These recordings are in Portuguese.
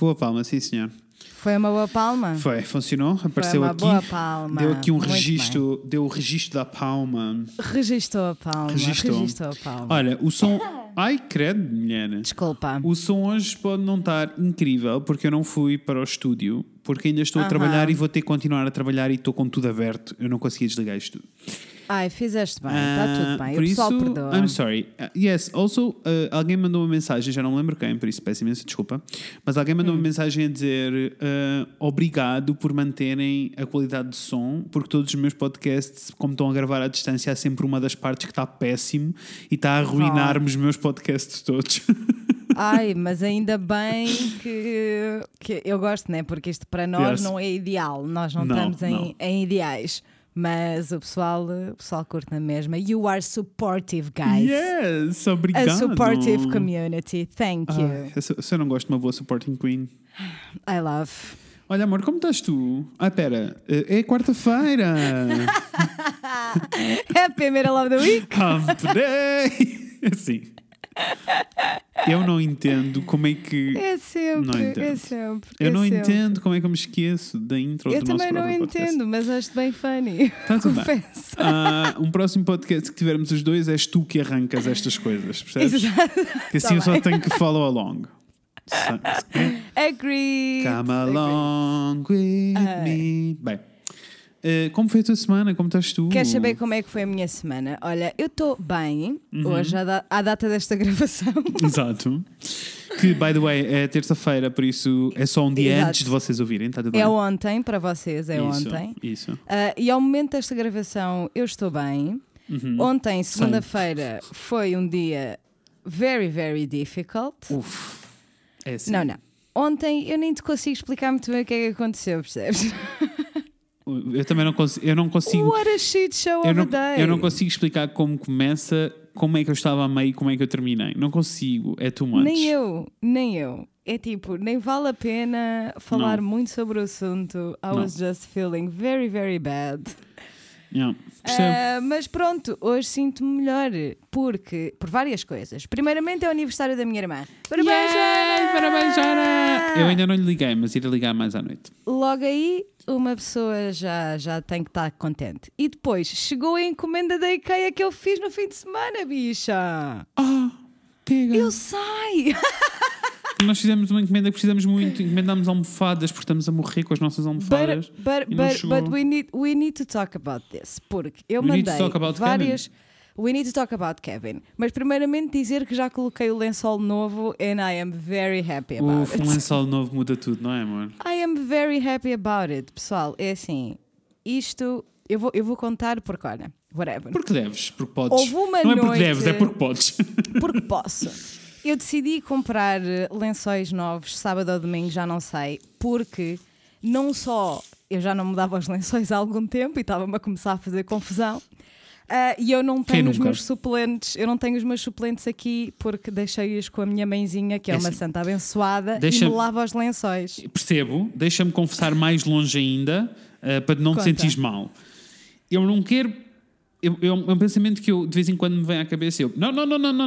Boa palma, sim senhor. Foi uma boa palma? Foi, funcionou, apareceu uma aqui. Boa palma. Deu aqui um Muito registro, bem. deu o registro da palma. Registou a palma. Registou. A palma. Olha, o som. Ai, credo, mulher. Desculpa. O som hoje pode não estar incrível porque eu não fui para o estúdio, porque ainda estou a trabalhar e vou ter que continuar a trabalhar e estou com tudo aberto. Eu não consegui desligar isto tudo. Ai, fizeste bem, está tudo bem. Por O pessoal isso, perdoa. I'm sorry. Yes, also, alguém mandou uma mensagem, já não me lembro quem, por isso peço imensa desculpa, mas alguém mandou uma mensagem a dizer obrigado por manterem a qualidade de som, porque todos os meus podcasts, como estão a gravar à distância, há sempre uma das partes que está péssimo e está a arruinar-me os meus podcasts todos. Ai, mas ainda bem que eu gosto, né? Porque isto para nós não é ideal. Nós não estamos em ideais. Mas o pessoal curte na mesma. You are supportive, guys. Yes, obrigado. A supportive community. Thank you. Se eu não gosto de uma boa supporting queen. I love. Olha, amor, como estás tu? Espera, é quarta-feira. Happy Middle of the Week. Hump Day. Assim. Eu não entendo como é que... É sempre, não entendo. é sempre. Eu não sempre. entendo como é que eu me esqueço da intro do nosso Eu também não entendo, mas acho bem funny. Tá tudo bem. Confesso. Um próximo podcast que tivermos os dois és tu que arrancas estas coisas, percebes? Exato. Que assim Tá eu só bem. tenho que follow along. Agree. Come along with me. Bem, como foi a tua semana? Como estás tu? Queres saber como é que foi a minha semana? Olha, eu estou bem. Hoje, à data desta gravação. Exato. Que, by the way, é terça-feira, por isso é só um dia Exato. antes de vocês ouvirem, está tudo bem? É ontem, para vocês, é ontem. Isso. E ao momento desta gravação, eu estou bem. Ontem, segunda-feira, foi um dia very, very difficult. Uf. É assim. Não. Ontem eu nem te consigo explicar muito bem o que é que aconteceu, percebes? Eu também não consigo. What a shit show of a day. Eu não consigo explicar como começa, como é que eu estava a meio e como é que eu terminei. Não consigo, é too much. Nem eu. É tipo, nem vale a pena falar muito sobre o assunto. I was just feeling very, very bad. Yeah. Percebo. Mas pronto, hoje sinto-me melhor por várias coisas. Primeiramente é o aniversário da minha irmã. Parabéns, Joana! Parabéns, Joana! Eu ainda não lhe liguei, mas irei ligar mais à noite. Logo aí, uma pessoa já tem que estar contente. E depois, chegou a encomenda da IKEA que eu fiz no fim de semana, bicha! Pega! Eu sei! Nós fizemos uma encomenda que precisamos muito. Encomendámos almofadas porque estamos a morrer com as nossas almofadas. But we need to talk about this. Porque eu mandei várias... We need to talk about Kevin. Mas primeiramente dizer que já coloquei o lençol novo and I am very happy about it. Um lençol novo muda tudo, não é, amor? I am very happy about it. Pessoal, é assim, isto eu vou contar porque, olha, whatever. Porque deves, porque podes. Houve uma não é noite... porque deves, é porque podes. Porque posso. Eu decidi comprar lençóis novos sábado ou domingo, já não sei, porque não só eu já não mudava os lençóis há algum tempo e estava-me a começar a fazer confusão. E eu não tenho os meus suplentes, aqui porque deixei-os com a minha mãezinha, que é uma santa abençoada, e me lava os lençóis. Percebo, deixa-me confessar mais longe ainda, para não te sentires mal. Eu não quero. É um pensamento que eu de vez em quando me vem à cabeça. Não.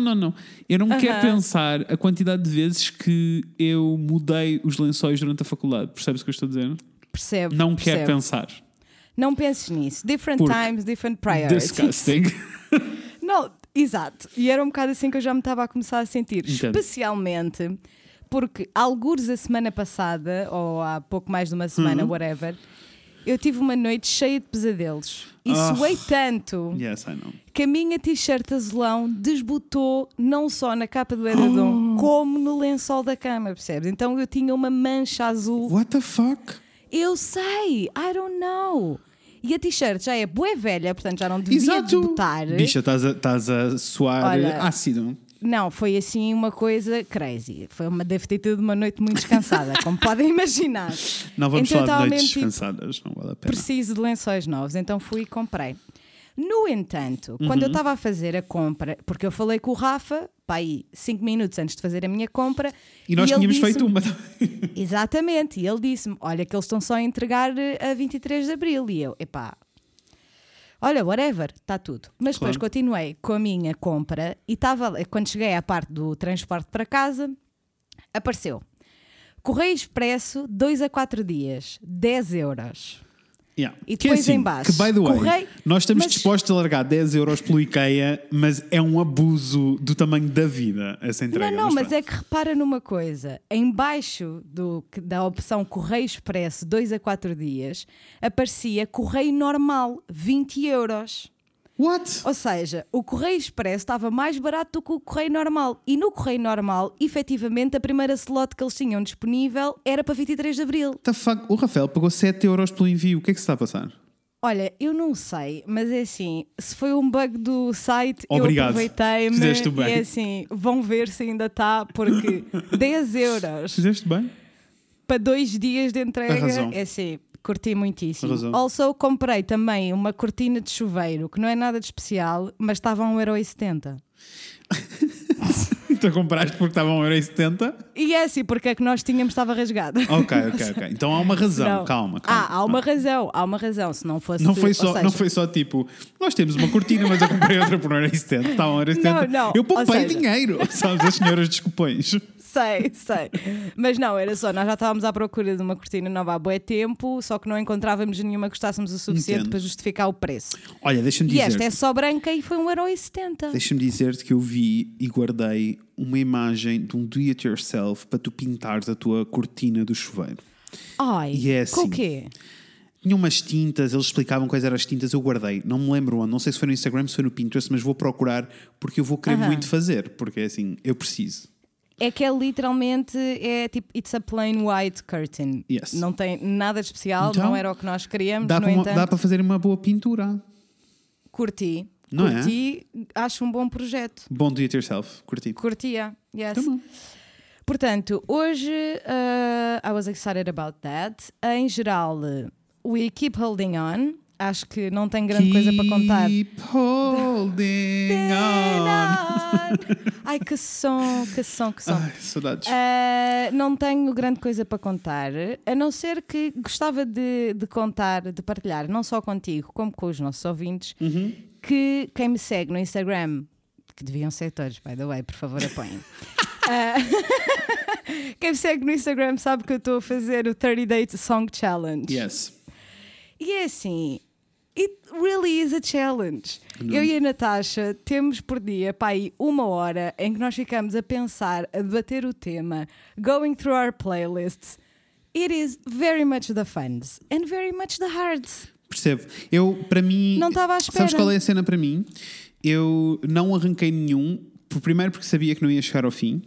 Eu não quero pensar a quantidade de vezes que eu mudei os lençóis durante a faculdade. Percebes o que eu estou a dizer? Percebo. Não quero pensar. Não penses nisso. Different times, different priorities. Disgusting. Não, exato. E era um bocado assim que eu já me estava a começar a sentir. Entendo. Especialmente porque, algures a semana passada, ou há pouco mais de uma semana, whatever, eu tive uma noite cheia de pesadelos. E suei tanto que a minha t-shirt azulão desbotou não só na capa do edredom, como no lençol da cama, percebes? Então eu tinha uma mancha azul. What the fuck? Eu sei, I don't know. E a t-shirt já é bué velha, portanto já não devia desbotar. Bicha, estás a suar ácido. Não, foi assim uma coisa crazy. Deve ter tido uma noite muito descansada, como podem imaginar. Não vamos então, falar de noites descansadas, não vale a pena. Preciso de lençóis novos, então fui e comprei. No entanto, quando eu estava a fazer a compra, porque eu falei com o Rafa, aí 5 minutos antes de fazer a minha compra, e nós tínhamos feito uma. Exatamente, e ele disse-me: olha, que eles estão só a entregar a 23 de Abril. E eu, olha, whatever, está tudo. Mas depois continuei com a minha compra e estava, quando cheguei à parte do transporte para casa, apareceu Correio Expresso, 2 a 4 dias, 10 euros. Yeah. E que é depois assim, em baixo, que by the way, correio- nós estamos mas- dispostos a largar 10 euros pelo IKEA, mas é um abuso do tamanho da vida essa entrega. Não, mas pronto. é que repara numa coisa. Em baixo da opção Correio Expresso 2 a 4 dias, aparecia Correio Normal, 20 euros. What? Ou seja, o Correio Expresso estava mais barato do que o Correio Normal. E no Correio Normal, efetivamente, a primeira slot que eles tinham disponível era para 23 de Abril. The fuck? O Rafael pagou 7 euros pelo envio. O que é que se está a passar? Olha, eu não sei, mas é assim, se foi um bug do site, Obrigado. eu aproveitei-me Fizeste e bem. é assim, vão ver se ainda está, porque 10 euros Fizeste bem? para 2 dias de entrega, Arrasou. é assim, curti muitíssimo. Arrasou. Also, comprei também uma cortina de chuveiro, que não é nada de especial, mas estava a 1,70€. Tu compraste porque estava a 1,70€? E é assim, porque é que nós tínhamos estava rasgada. Ok. Então há uma razão. Não. Calma. Há uma razão, se não fosse... Não foi, ou só, seja, não foi só tipo, nós temos uma cortina, mas eu comprei outra por 1,70€. Estava a 1,70€. Não, Eu ou poupei seja- dinheiro. Sabes, as senhoras desculpões. Sei. Mas não, era só, nós já estávamos à procura de uma cortina nova há bué tempo, só que não encontrávamos nenhuma que gostássemos o suficiente Entendo. para justificar o preço. Olha, deixa-me E esta dizer. é só branca e foi 1,70€. Deixa-me dizer-te que eu vi e guardei uma imagem de um do-it-yourself para tu pintares a tua cortina do chuveiro. Ai, E é com o assim. quê? Tinha umas tintas, eles explicavam quais eram as tintas, eu guardei. Não me lembro onde, não sei se foi no Instagram, se foi no Pinterest, mas vou procurar porque eu vou querer muito fazer, porque é assim, eu preciso. É que é literalmente, é tipo, it's a plain white curtain. Yes. Não tem nada de especial, Então, não era o que nós queríamos, Dá no para, entanto, dá para fazer uma boa pintura. curti. Não é? Curti, acho um bom projeto. Bom do-it-yourself, curti. Curtia, yes. Tá bom. Portanto, hoje I was excited about that. Em geral, we keep holding on. Acho que não tem grande coisa para contar. Keep holding on. Ai, que som. Ai, saudades. Não tenho grande coisa para contar, a não ser que gostava de contar, de partilhar, não só contigo, como com os nossos ouvintes, que quem me segue no Instagram, que deviam ser todos, by the way, por favor, apoiem. Quem me segue no Instagram sabe que eu estou a fazer o 30 Day Song Challenge. Yes. E é assim, it really is a challenge. Eu e a Natasha temos por dia, pá, aí 1 hora em que nós ficamos a pensar, a debater o tema, going through our playlists. It is very much the funs and very much the hards. Percebo. Eu, para mim... Não estava à espera. Sabes qual é a cena para mim? Eu não arranquei nenhum. Primeiro porque sabia que não ia chegar ao fim.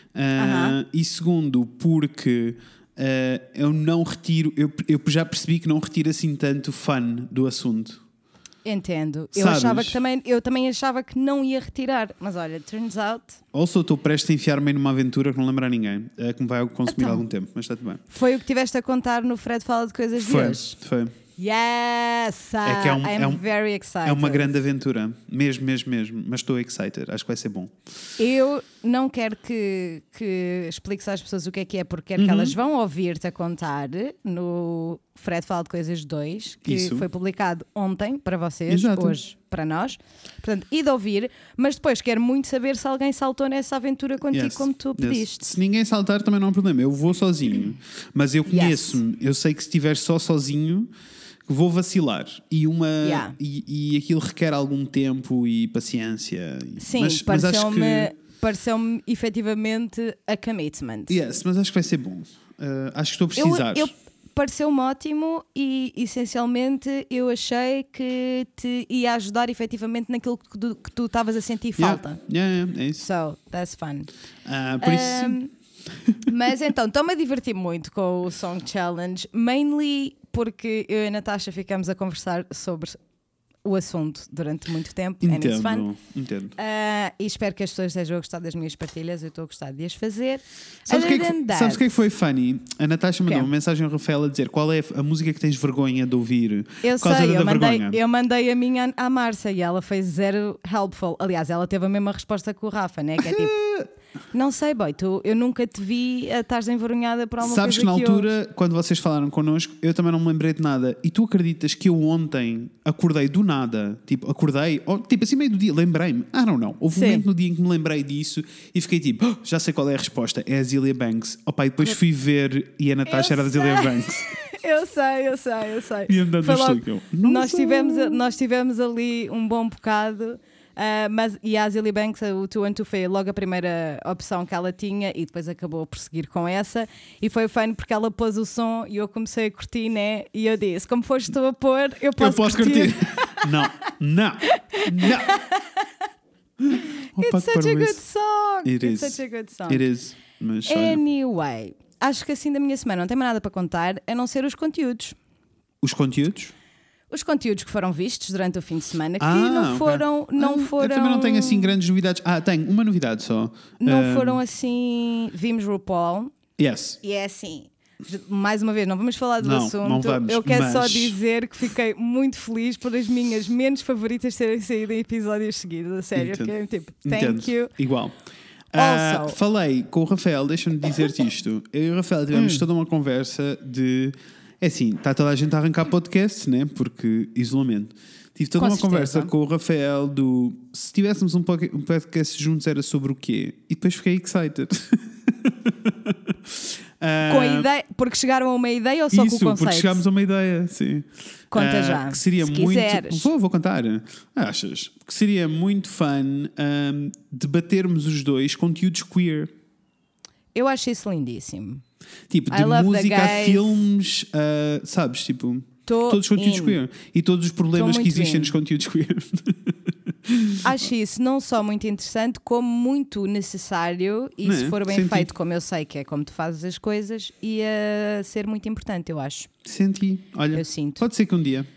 E segundo porque eu não retiro... Eu já percebi que não retiro assim tanto fun do assunto. Entendo. Sabes? Eu também achava que não ia retirar. Mas olha, turns out... Also, estou prestes a enfiar-me numa aventura que não lembra a ninguém. Que me vai consumir Então. algum tempo. Mas está tudo bem. Foi o que tiveste a contar no Fred Fala de Coisas de hoje. Foi. Yes! É que I'm very excited. É uma grande aventura. Mesmo. Mas estou excited. Acho que vai ser bom. Eu não quero que expliques às pessoas o que é, porque quero que elas vão ouvir-te a contar no Fred Fala de Coisas 2, que Isso. foi publicado ontem para vocês, Exato. hoje para nós. Portanto, e de ouvir, mas depois quero muito saber se alguém saltou nessa aventura contigo, Yes. como tu Yes. pediste. Se ninguém saltar também não há problema. Eu vou sozinho. Mas eu conheço-me. Eu sei que se estiver só sozinho vou vacilar. Yeah. E aquilo requer algum tempo e paciência. Sim, mas acho que... pareceu-me efetivamente a commitment. Yes, mas acho que vai ser bom. Acho que estou a precisar. Pareceu-me ótimo e essencialmente eu achei que te ia ajudar efetivamente naquilo que tu estavas a sentir falta. Yeah, é isso. So, that's fun. Por isso... Mas então, estou-me a divertir muito com o Song Challenge, mainly porque eu e a Natasha ficamos a conversar sobre o assunto durante muito tempo. And it's fun. Entendo. E espero que as pessoas estejam a gostar das minhas partilhas. Eu estou a gostar de as fazer. Sabes o que, Other than that, sabes o que é que foi funny? A Natasha mandou quê? uma mensagem ao Rafael a dizer qual é a música que tens vergonha de ouvir Eu por causa sei, da vergonha. eu mandei a minha à Márcia e ela foi zero helpful. Aliás, ela teve a mesma resposta que o Rafa, né? Que é tipo, Não sei, boy, eu nunca te vi a estás envergonhada por alguma Sabes coisa que na que altura, quando vocês falaram connosco, eu também não me lembrei de nada. E tu acreditas que eu ontem acordei do nada? Tipo, acordei, ou, tipo assim meio do dia, lembrei-me. I don't know. Houve um Sim. momento no dia em que me lembrei disso e fiquei tipo, "Oh, já sei qual é a resposta. É a Azealia Banks." Opa, e depois fui ver e a Natasha era a Azealia Banks. Eu sei. E andando Foi no logo- estúdio, eu, "Não nós, sou." nós tivemos ali um bom bocado. E a Azealia Banks, o 212 foi logo a primeira opção que ela tinha e depois acabou por seguir com essa. E foi fun porque ela pôs o som e eu comecei a curtir, né? E eu disse: como foste tu a pôr, eu posso curtir. Não. Opa, It's such a good song. It It's is. such a good song. It is. Mas olha, Anyway, acho que assim da minha semana não tem mais nada para contar a não ser os conteúdos. os conteúdos? Os conteúdos que foram vistos durante o fim de semana que Ok. não foram. Eu também não tenho assim grandes novidades. Tenho uma novidade só. Não foram assim. Vimos RuPaul Yes. e é assim. Mais uma vez, não vamos falar do Não, assunto. não vamos, eu quero só mas- dizer que fiquei muito feliz por as minhas menos favoritas terem saído em episódios seguidos. A sério, Entendo. fiquei tipo, thank Entendo. you. Igual. Also- Falei com o Rafael, deixa-me dizer-te isto. Eu e o Rafael tivemos toda uma conversa de. É assim, está toda a gente a arrancar podcasts, né? Porque isolamento. Tive toda Com uma certeza. conversa com o Rafael do. Se tivéssemos um podcast juntos era sobre o quê? E depois fiquei excited. Com a ideia, porque chegaram a uma ideia ou só Isso, com o porque conceito? chegámos a uma ideia, sim. Conta já, Que seria se muito. quiseres. Vou contar. Achas? Que seria muito fun debatermos os dois conteúdos queer. Eu acho isso lindíssimo. Tipo, I de love the música a gays. filmes, sabes? Tipo, Tô todos os conteúdos in. queer. E todos os problemas Tô que muito existem in. nos conteúdos queer. Acho isso não só muito interessante, como muito necessário e Não se é? for bem Senti. feito, como eu sei que é como tu fazes as coisas, ia ser muito importante, eu acho. Senti. Olha, Eu sinto. pode ser que um dia.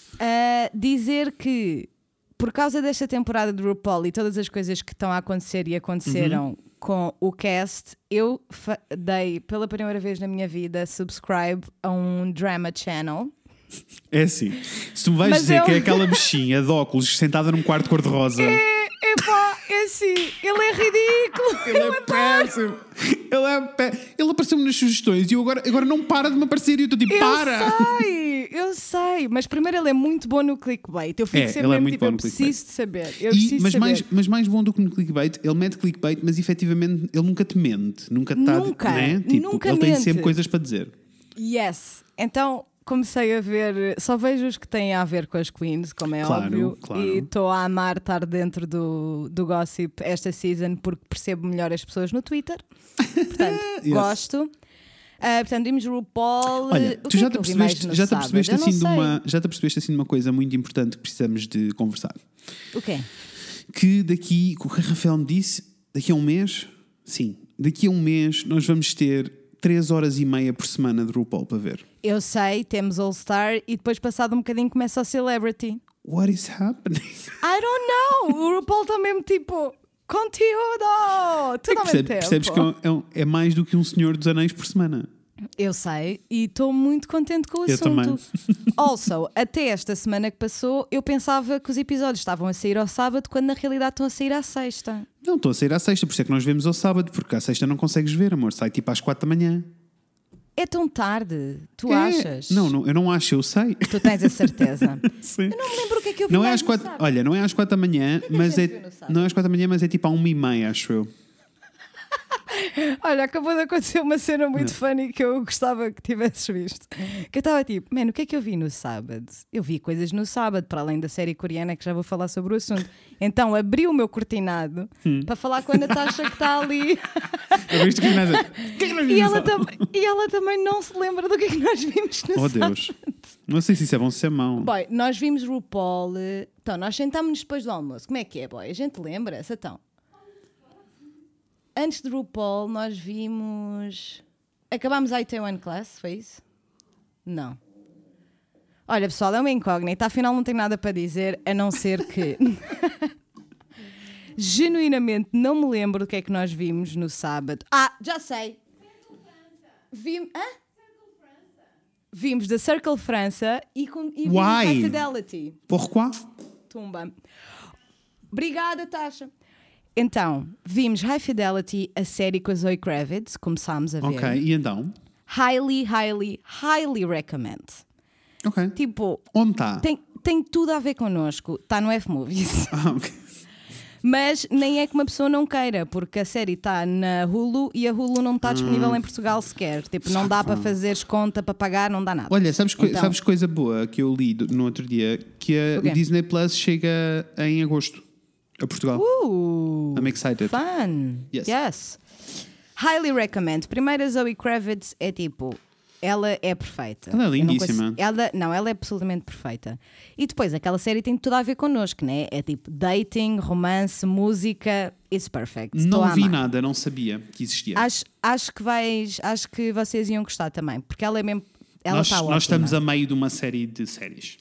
Dizer que por causa desta temporada de RuPaul e todas as coisas que estão a acontecer e aconteceram com o cast, eu dei pela primeira vez na minha vida subscribe a um drama channel. É assim. Se tu me vais Mas dizer eu- que é aquela bichinha de óculos sentada num quarto cor-de-rosa. Epá, é assim, ele é ridículo. Ele é péssimo. Ele apareceu-me nas sugestões e eu agora não para de me aparecer e eu estou tipo, para! Eu sei, mas primeiro ele é muito bom no clickbait. Eu fico É, sempre ele é mesmo, muito tipo, bom eu no preciso clickbait. de saber. Eu preciso Mas, saber. mas mais bom do que no clickbait, ele mete clickbait, mas efetivamente ele nunca te mente. Nunca está. Nunca, Né? Tipo, nunca ele tem mente. sempre coisas para dizer. Yes. Então comecei a ver, só vejo os que têm a ver com as queens, como é Claro, óbvio. claro. E estou a amar estar dentro do gossip esta season porque percebo melhor as pessoas no Twitter. Portanto, Yes. gosto. Portanto, vimos RuPaul. Olha, O tu que já é te que eu vi mais percebeste, no já te sábado? percebeste Eu não assim de sei. já te percebeste assim de uma coisa muito importante que precisamos de conversar. O quê? Que daqui, o que o Rafael me disse, daqui a um mês, sim, daqui a um mês nós vamos ter 3 horas e meia por semana de RuPaul para ver. Eu sei, temos All Star e depois passado um bocadinho começa o Celebrity. What is happening? I don't know! O RuPaul está mesmo tipo conteúdo! Tudo ao mesmo tempo. Percebes que é mais do que um Senhor dos Anéis por semana. Eu sei e estou muito contente com o Eu assunto. também. Also, até esta semana que passou, eu pensava que os episódios estavam a sair ao sábado, quando na realidade estão a sair à sexta. Não, estou a sair à sexta, por isso é que nós vemos ao sábado, porque à sexta não consegues ver, amor. Sai tipo às 4 da manhã. É tão tarde, tu É. achas? Não, eu não acho, eu sei. Tu tens a certeza. Sim. Eu não me lembro o que é que eu vi Não é mais às no 4, sábado. olha, não é às 4 da manhã, que é que a mas gente viu no sábado? não é às 4 da manhã, mas é tipo à 1h30, acho eu. Olha, acabou de acontecer uma cena muito funny que eu gostava que tivesses visto. Que eu estava tipo, mano, o que é que eu vi no sábado? Eu vi coisas no sábado, para além da série coreana, que já vou falar sobre o assunto. Então abri o meu cortinado para falar com a Natasha que está ali. Eu vejo que nada. O que é que nós E vimos ela, no sábado? e ela também não se lembra do que é que nós vimos no Oh sábado. Deus. Não sei se isso é bom ou se é mau. Boy, nós vimos RuPaul. Então, nós sentámos-nos depois do almoço. Como é que é, boy? A gente lembra-se? Então, antes de RuPaul, nós vimos. Acabámos a Itaewon Class, foi isso? Não. Olha, pessoal, é uma incógnita. Afinal, não tenho nada para dizer, a não ser que. Genuinamente, não me lembro do que é que nós vimos no sábado. Ah, já sei! Vimos. Hã? Vimos da Circle França e vimos Why? High Fidelity. Pourquoi? Tumba. Obrigada, Tasha. Então, vimos High Fidelity, a série com a Zoe Kravitz, começámos a ver. Ok, e então? Highly recommend. Ok. Tipo, onde está? Tem tudo a ver connosco. Está no F-Movies. Ok. Mas nem é que uma pessoa não queira, porque a série está na Hulu e a Hulu não está disponível em Portugal sequer. Tipo, não dá para fazeres conta, para pagar, não dá nada. Olha, sabes coisa boa que eu li no outro dia? Que o Disney Plus chega em agosto a Portugal. I'm excited. Fun. Yes. Highly recommend. Primeiro, a Zoe Kravitz é tipo... Ela é perfeita. Ela é lindíssima. Ela é absolutamente perfeita. E depois, aquela série tem tudo a ver connosco, né? É tipo dating, romance, música. It's perfect. Não vi nada, não sabia que existia. Acho que vocês iam gostar também, porque ela é mesmo. Ela está ótima. Nós estamos a meio de uma série de séries.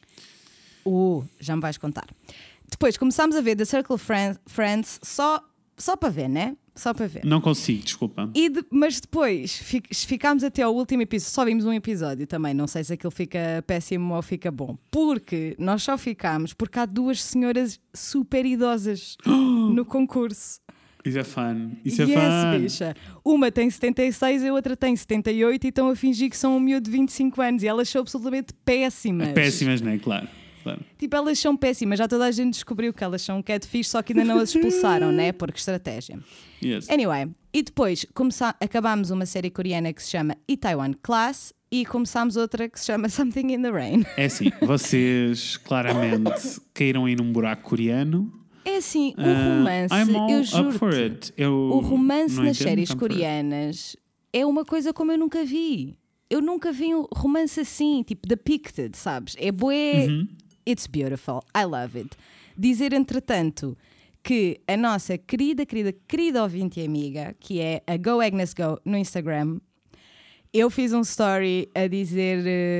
Já me vais contar. Depois começámos a ver The Circle Friends só para ver, né? Só para ver. Não consigo, desculpa. Mas depois ficámos até ao último episódio. Só vimos um episódio também. Não sei se aquilo fica péssimo ou fica bom. Porque nós só ficámos porque há duas senhoras super idosas no concurso. Isso é fun. Isso é yes, fun. Bicha. Uma tem 76 e a outra tem 78 e estão a fingir que são um miúdo de 25 anos. E elas são absolutamente péssimas. Péssimas, não é? Claro. Tipo, elas são péssimas. Já toda a gente descobriu que elas são catfish, só que ainda não as expulsaram, né? Porque estratégia. Yes. Anyway, e depois acabámos uma série coreana que se chama Itaewon Class e começámos outra que se chama Something in the Rain. É assim, vocês claramente caíram aí num buraco coreano. É assim, o romance, I'm all eu up for it. O romance nas séries coreanas é uma coisa como eu nunca vi. Eu nunca vi um romance assim, tipo depicted, sabes? É bué, it's beautiful, I love it. Dizer, entretanto, que a nossa querida ouvinte e amiga, que é a Go Agnes Go no Instagram, eu fiz um story a dizer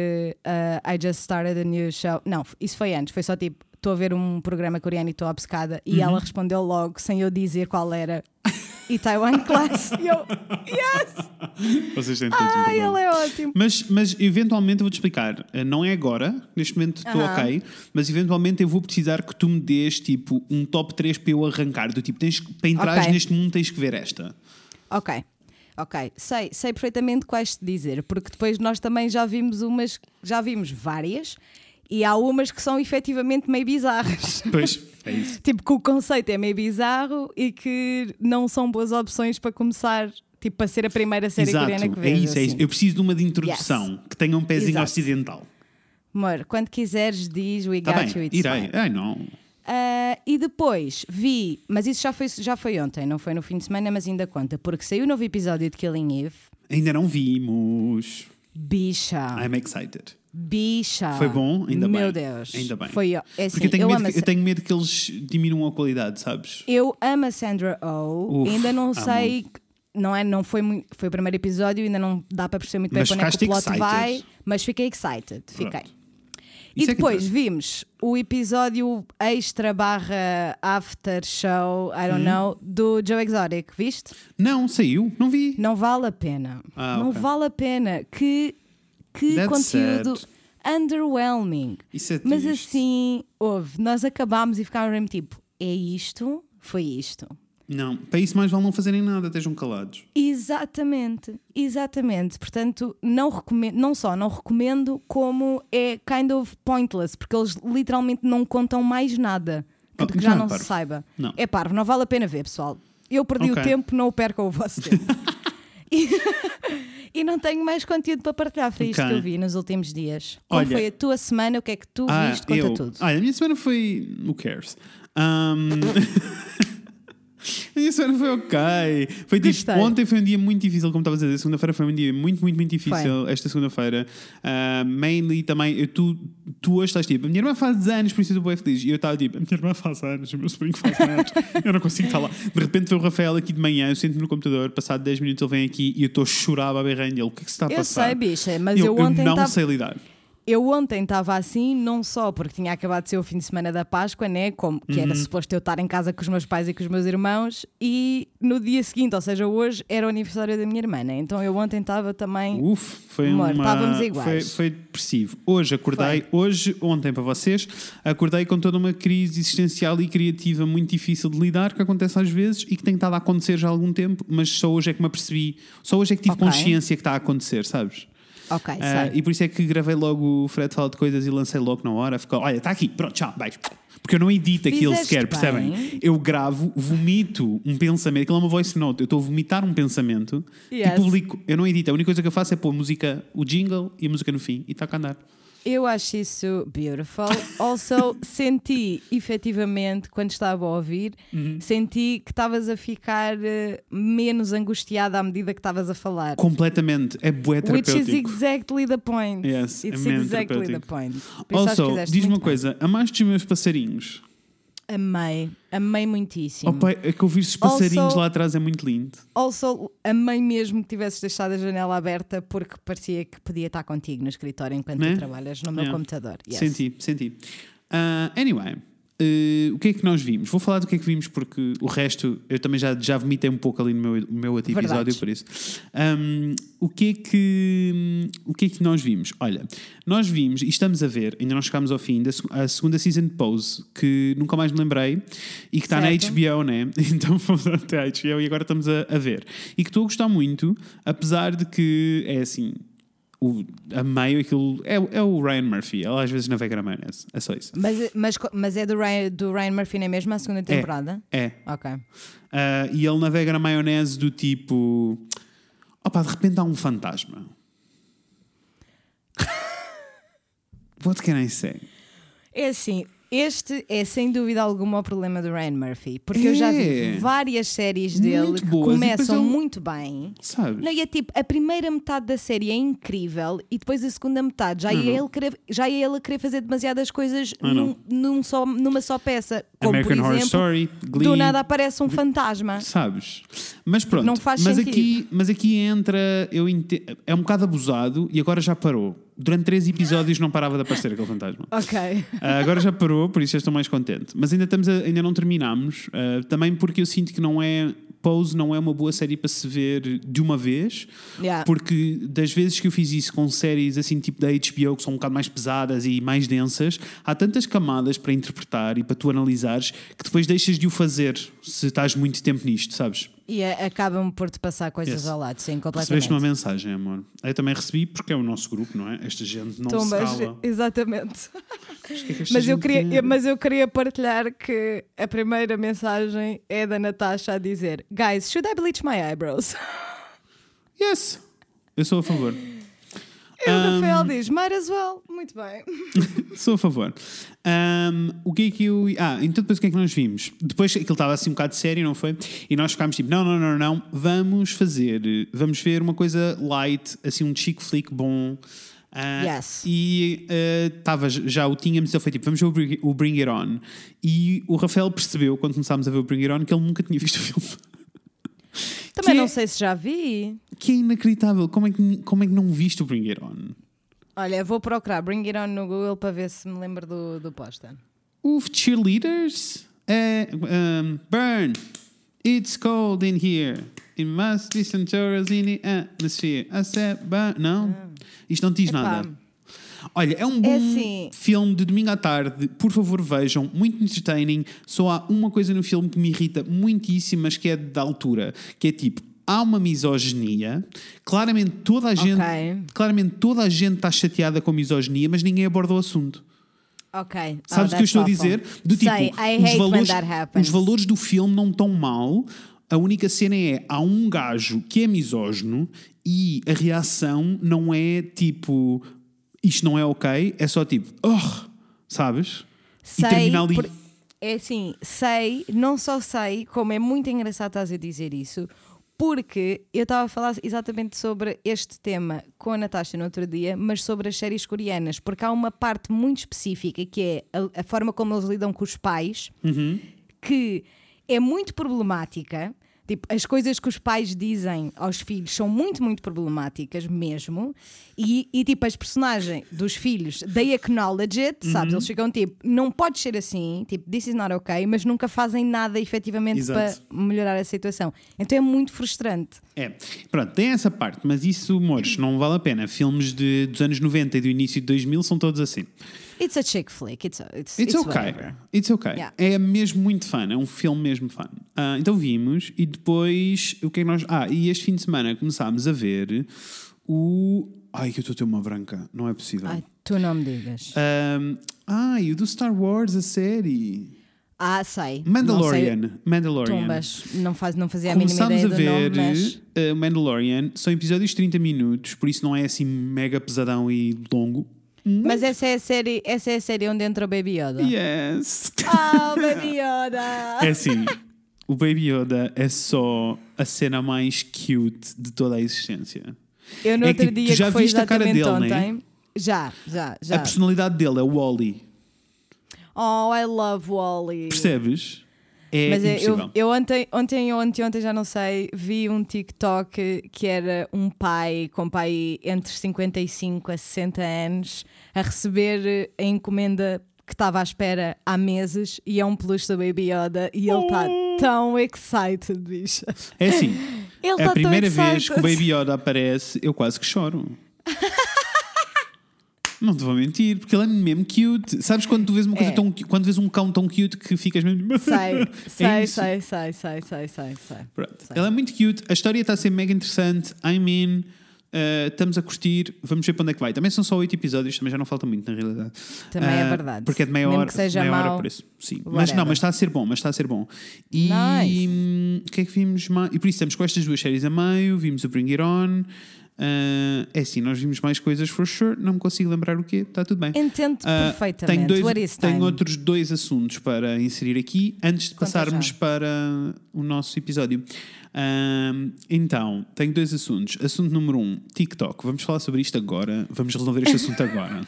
I just started a new show. Não, isso foi antes, foi só tipo, estou a ver um programa coreano e estou obcecada. E ela respondeu logo, sem eu dizer qual era, Itaewon Class. E eu, yes! Vocês têm todos um problema. Ele é ótimo. Mas eventualmente eu vou-te explicar. Não é agora, neste momento estou ok, mas eventualmente eu vou precisar que tu me dês tipo um top 3 para eu arrancar. Do tipo, para entrar neste mundo tens que ver esta. Ok. Sei perfeitamente quais te dizer, porque depois nós também já vimos várias. E há umas que são efetivamente meio bizarras. Pois, é isso. Tipo, que o conceito é meio bizarro e que não são boas opções para começar, tipo, para ser a primeira série coreana que vejo. É isso. Assim. Eu preciso de uma de introdução que tenha um pezinho ocidental. Amor, quando quiseres diz we got you, it's irei. fine. Ai, não. E depois vi, mas isso já foi ontem, não foi no fim de semana, mas ainda conta, porque saiu um novo episódio de Killing Eve. Ainda não vimos. Bicha. I'm excited. Bicha. Foi bom? Ainda bem. Meu Deus. Ainda bem. Foi, assim, porque eu tenho medo que eles diminuam a qualidade, sabes? Eu amo a Sandra Oh. Ainda não sei... Não foi o primeiro episódio, ainda não dá para perceber muito bem quando é que o plot vai. Mas fiquei excited. Fiquei. E depois vimos o episódio extra / after show, I don't know, do Joe Exotic. Viste? Não, saiu. Não vi. Não vale a pena. Não vale a pena. Que conteúdo underwhelming. Isso é mas triste. assim, nós acabámos e ficámos mesmo tipo, é isto? Foi isto. Não, para isso mais vale não fazerem nada, estejam calados. Exatamente. Portanto, não recomendo, como é kind of pointless, porque eles literalmente não contam mais nada que já não se saiba. Não. É parvo, não vale a pena ver, pessoal. Eu perdi o tempo, não percam o vosso tempo. E não tenho mais conteúdo para partilhar. Foi isto que eu vi nos últimos dias. Como foi a tua semana? O que é que tu viste? Conta tudo. Olha, a minha semana foi... Who cares? A minha semana foi ok. Foi tipo, ontem foi um dia muito difícil, como estavas a dizer. Segunda-feira foi um dia muito difícil. Foi. Esta segunda-feira. Mainly também. Tu hoje estás tipo, a minha irmã faz anos, por isso eu estou bem feliz. E eu estava tipo, a minha irmã faz anos, o meu sobrinho faz anos. Eu não consigo estar lá. De repente foi o Rafael aqui de manhã. Eu sento-me no computador, passado 10 minutos ele vem aqui e eu estou a chorar a berranho dele. O que é que se está a passar? Eu sei, bicha, mas eu ontem não sei lidar. eu ontem estava assim, não só porque tinha acabado de ser o fim de semana da Páscoa, né? Como que era suposto eu estar em casa com os meus pais e com os meus irmãos, e no dia seguinte, ou seja, hoje, era o aniversário da minha irmã, né? Então eu ontem estava também. Foi estávamos iguais. Foi depressivo. Hoje acordei, ontem para vocês, acordei com toda uma crise existencial e criativa muito difícil de lidar, que acontece às vezes e que tem estado a acontecer já há algum tempo, mas só hoje é que me apercebi, só hoje é que tive consciência que está a acontecer, sabes? Ok, e por isso é que gravei logo o Fred Fala de Coisas e lancei logo na hora. Ficou, olha, está aqui, pronto, tchau, beijo. Porque eu não edito aquilo sequer, percebem? Eu gravo, vomito um pensamento, aquilo é uma voice note, eu estou a vomitar um pensamento e publico. Eu não edito, a única coisa que eu faço é pôr música, o jingle e a música no fim, e está a andar. Eu acho isso beautiful. Also, senti efetivamente, quando estava a ouvir, senti que estavas a ficar menos angustiada à medida que estavas a falar. Completamente. É bué terapêutico. Which is exactly the point. Yes, It's exactly the point. Also, diz-me uma coisa, amaste os meus passarinhos? Amei muitíssimo. Opa, é que ouvir os passarinhos lá atrás é muito lindo. Also, amei mesmo que tivesses deixado a janela aberta, porque parecia que podia estar contigo no escritório enquanto tu trabalhas no meu computador. Yes. Senti. Anyway, o que é que nós vimos? Vou falar do que é que vimos, porque o resto eu também já vomitei um pouco ali no meu outro episódio, por isso. O que é que nós vimos? Olha, nós vimos e estamos a ver, ainda não chegámos ao fim, a segunda season de Pose, que nunca mais me lembrei e que está na HBO, né? Então fomos até a HBO e agora estamos a ver. E que estou a gostar muito, apesar de que é assim. Amei aquilo. É o Ryan Murphy. Ele às vezes navega na maionese. É só isso. Mas é do Ryan Murphy na mesma, a segunda temporada? É. Ok. E ele navega na maionese do tipo. Opa, de repente há um fantasma. What can I say? É assim. Este é sem dúvida alguma o problema do Ryan Murphy, porque eu já vi várias séries dele que começam muito bem. Sabes? Não, e é tipo, a primeira metade da série é incrível e depois a segunda metade já ia ele a querer fazer demasiadas coisas numa só peça. Como, American por exemplo, Horror Story, Glee, do nada aparece um fantasma. Sabes? Mas pronto, não faz sentido. Mas aqui entra, é um bocado abusado e agora já parou. Durante 3 episódios não parava de aparecer aquele fantasma. Ok. Agora já parou, por isso já estou mais contente. Mas ainda não terminámos. Também porque eu sinto que Pose não é uma boa série para se ver de uma vez. Porque das vezes que eu fiz isso com séries assim tipo da HBO, que são um bocado mais pesadas e mais densas, há tantas camadas para interpretar e para tu analisares que depois deixas de o fazer se estás muito tempo nisto, sabes? E acabam por te passar coisas ao lado, sim, completamente. Recebeste uma mensagem, amor. Eu também recebi, porque é o nosso grupo, não é? Esta gente não se cala. Exatamente. Mas eu queria partilhar que a primeira mensagem é da Natasha a dizer: Guys, should I bleach my eyebrows? Yes, eu sou a favor. E o Rafael diz: might as well. Muito bem. Sou a favor. O que é que eu... então depois o que é que nós vimos? Depois aquilo estava assim um bocado sério, não foi? E nós ficámos tipo, não, vamos ver uma coisa light, assim um chick flick bom. Yes. E já o tínhamos, ele foi tipo, vamos ver o Bring It On. E o Rafael percebeu, quando começámos a ver o Bring It On, que ele nunca tinha visto o filme. Também não sei se já vi. Que é inacreditável. Como é que não viste o Bring It On? Olha, vou procurar Bring It On no Google para ver se me lembro do póster. Os cheerleaders? Burn! It's cold in here. It must be Centauros in the atmosphere. I said, não? Isto não te diz nada. Olha, é um bom filme de domingo à tarde. Por favor, vejam. Muito entertaining. Só há uma coisa no filme que me irrita muitíssimo, mas que é da altura. Que é tipo, há uma misoginia. Claramente toda a gente está chateada com a misoginia, mas ninguém aborda o assunto. Ok. Sabes o que eu estou a dizer? Do tipo, os valores do filme não estão mal. A única cena é, há um gajo que é misógino e a reação não é tipo, isto não é ok, é só tipo, sabes? Sei, e termina ali. É assim, não só sei, como é muito engraçado estás a dizer isso, porque eu estava a falar exatamente sobre este tema com a Natasha no outro dia, mas sobre as séries coreanas, porque há uma parte muito específica que é a forma como eles lidam com os pais, que é muito problemática, Tipo, as coisas que os pais dizem aos filhos são muito, muito problemáticas mesmo. E tipo, as personagens dos filhos, they acknowledge it, sabes? Eles ficam tipo, não pode ser assim, tipo, this is not okay, mas nunca fazem nada efetivamente Exato. para melhorar a situação. Então é muito frustrante. Pronto, tem essa parte, mas isso, amores, não vale a pena. Filmes dos anos 90 e do início de 2000 são todos assim. It's a chick flick, it's okay. whatever. It's okay. Yeah. É mesmo muito fun, é um filme mesmo fun. Então vimos e depois o que é que nós. E este fim de semana começámos a ver o. Ai, que eu estou a ter uma branca, não é possível. Ai, tu não me digas. O do Star Wars, a série. Sei. Mandalorian. Tumbas. Não fazia a mínima Começámos ideia a do ver nome, mas... Mandalorian. São episódios de 30 minutos, por isso não é assim mega pesadão e longo. Mas essa é a série onde entra o Baby Yoda. Yes. Baby Yoda! É assim, o Baby Yoda é só a cena mais cute de toda a existência. Eu no outro dia, tu já que foi viste a cara exatamente dele, ontem... né? Já. A personalidade dele é o Wall-E. Oh, I love Wall-E. Percebes? É Mas impossível. eu ontem, já não sei, vi um TikTok que era um pai com pai entre 55 a 60 anos a receber a encomenda que estava à espera há meses e é um peluche da Baby Yoda e ele está tão excited, bicha. É assim, Ele a tá primeira tão vez que o excited. Baby Yoda aparece, eu quase que choro. Não te vou mentir, porque ele é mesmo cute. Sabes quando tu vês uma coisa tão cute, quando vês um cão tão cute que ficas mesmo. Sei. Pronto. Ele é muito cute, a história está a ser mega interessante. Estamos a curtir, vamos ver para onde é que vai. Também são só 8 episódios, também já não falta muito na realidade. Também é verdade. Porque é de meia Mesmo hora, que seja meia hora mau, por isso. Sim. whatever. Mas está a ser bom, E Nice. o que é que vimos mais? E por isso estamos com estas duas séries a meio, vimos o Bring It On. É assim, nós vimos mais coisas for sure, não me consigo lembrar o quê, está tudo bem. Entendo perfeitamente. Tenho outros 2 assuntos para inserir aqui antes de passarmos para o nosso episódio. Então, tenho 2 assuntos. Assunto número 1, TikTok. Vamos falar sobre isto agora. Vamos resolver este assunto agora.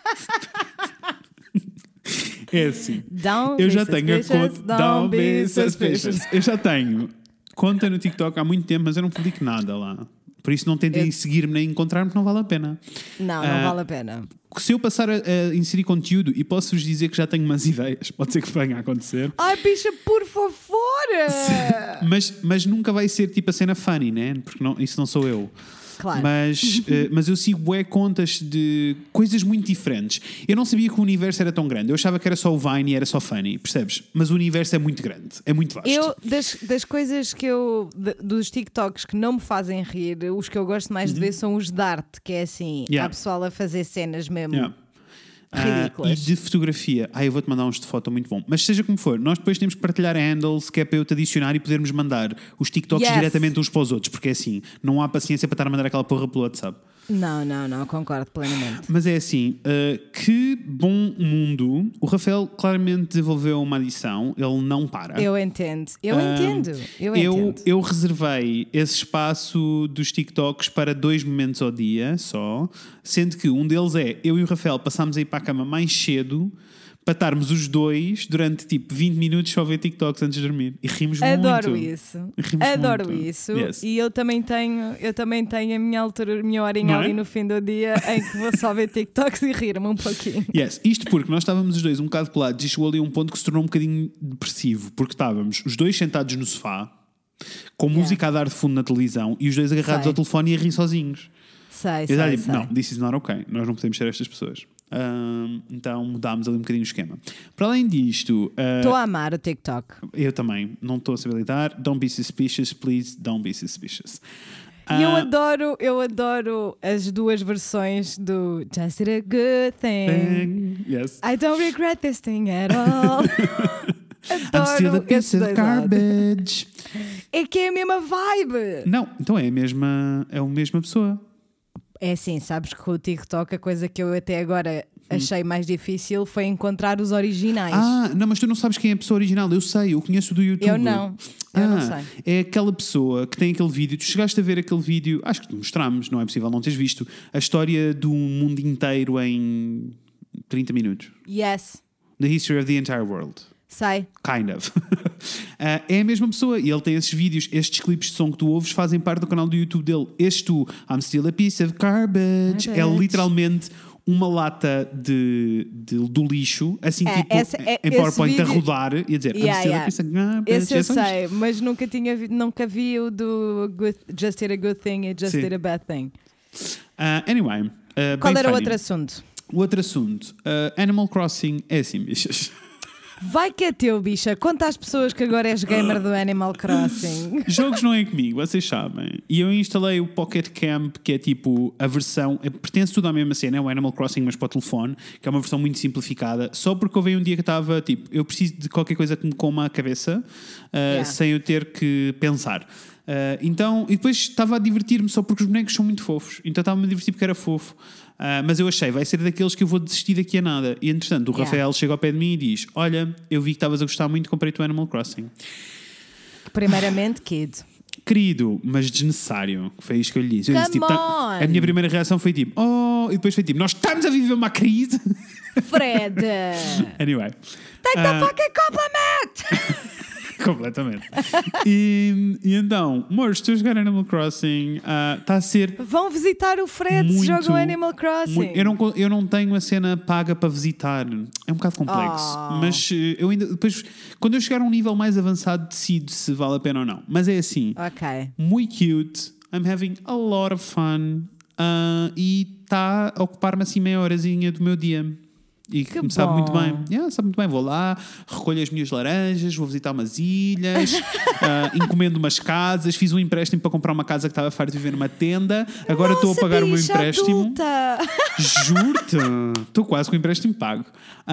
É assim. Eu já tenho a conta. Don't be suspicious. Eu já tenho conta no TikTok há muito tempo, mas eu não publico nada lá. Por isso não tentem seguir-me nem encontrar-me, que não vale a pena. Não vale a pena. Se eu passar a inserir conteúdo e posso-vos dizer que já tenho umas ideias, pode ser que venha a acontecer. Ai, bicha, por favor! Mas nunca vai ser tipo a cena funny, né? Porque isso não sou eu. Claro. Mas eu sigo contas de coisas muito diferentes. Eu não sabia que o universo era tão grande. Eu achava que era só o Vine e era só funny, percebes? Mas o universo é muito grande, é muito vasto. Das coisas que dos TikToks que não me fazem rir, os que eu gosto mais de ver são os de arte, que é assim, há pessoal a fazer cenas mesmo ridículas. E de fotografia, eu vou-te mandar uns de foto muito bom. Mas seja como for, nós depois temos que partilhar handles, que é para eu te adicionar e podermos mandar os TikToks diretamente uns para os outros, porque é assim, não há paciência para estar a mandar aquela porra pelo WhatsApp. Não, concordo plenamente. Mas é assim, que bom mundo. O Rafael claramente desenvolveu uma adição, ele não para. Eu entendo. Eu reservei esse espaço dos TikToks para 2 momentos ao dia só, sendo que um deles é eu e o Rafael passámos a ir para a cama mais cedo para estarmos os dois durante tipo 20 minutos só a ver TikToks antes de dormir. E rimos muito. Adoro isso. Yes. E eu também tenho a minha horinha ali no fim do dia em que vou só ver TikToks e rir-me um pouquinho. Yes. Isto porque nós estávamos os dois um bocado colados e chegou ali a um ponto que se tornou um bocadinho depressivo, porque estávamos os dois sentados no sofá com música a dar de fundo na televisão e os dois agarrados ao telefone e a rir sozinhos. Sei. Não, this is not okay. Nós não podemos ser estas pessoas. Então mudámos ali um bocadinho o esquema. Para além disto, estou a amar o TikTok. Eu também não estou a saber lidar. Don't be suspicious, please. Don't be suspicious. E eu adoro as 2 versões do Just Did a Good Thing. Yes. I don't regret this thing at all. I'm still a piece of garbage. É que é a mesma vibe. Não, então é a mesma pessoa. É assim, sabes que com o TikTok a coisa que eu até agora achei mais difícil foi encontrar os originais. Não, mas tu não sabes quem é a pessoa original. Eu sei, eu conheço do YouTube. Eu não sei. É aquela pessoa que tem aquele vídeo. Tu chegaste a ver aquele vídeo, acho que te mostramos, não é possível não teres visto, a história do mundo inteiro em 30 minutos. Yes. The History of the Entire World. Sei. Kind of. É a mesma pessoa e ele tem esses vídeos, estes clipes de som que tu ouves fazem parte do canal do YouTube dele. Este I'm still a piece of garbage. É literalmente uma lata do lixo, assim tipo em PowerPoint a rodar e a dizer I'm still a piece of garbage. Esse eu sei, mas nunca vi o do Just Did a Good Thing e Just Did a Bad Thing. Anyway. Qual era o outro assunto? O outro assunto, Animal Crossing é assim, bichas. Vai que é teu, bicha. Conta às pessoas que agora és gamer do Animal Crossing. Jogos não é comigo, vocês sabem. E eu instalei o Pocket Camp, que é tipo a versão, pertence tudo à mesma cena, é o Animal Crossing, mas para o telefone, que é uma versão muito simplificada. Só porque houve um dia que estava tipo, eu preciso de qualquer coisa que me coma a cabeça, sem eu ter que pensar. Então, e depois estava a divertir-me só porque os bonecos são muito fofos. Então estava-me a divertir porque era fofo. Mas eu achei, vai ser daqueles que eu vou desistir daqui a nada. E entretanto, o Rafael chega ao pé de mim e diz: olha, eu vi que estavas a gostar muito, comprei-te o Animal Crossing. Primeiramente, kid. Querido, mas desnecessário. Foi isto que eu lhe disse. A minha primeira reação foi tipo, oh, e depois foi tipo, nós estamos a viver uma crise. Fred. Anyway. Take the fucking compliment! Completamente. E então, amores, estou a jogar Animal Crossing, está a ser. Vão visitar o Fred se jogam Animal Crossing. Eu não tenho a cena paga para visitar, é um bocado complexo. Mas eu ainda. Depois, quando eu chegar a um nível mais avançado, decido se vale a pena ou não. Mas é assim, muito cute, I'm having a lot of fun e está a ocupar-me assim meia horazinha do meu dia. E que me sabe muito bem. Sabe muito bem. Vou lá, recolho as minhas laranjas, vou visitar umas ilhas, encomendo umas casas, fiz um empréstimo para comprar uma casa que estava farto de viver numa tenda. Agora estou a pagar o meu empréstimo. Juro-te, estou quase com o empréstimo pago.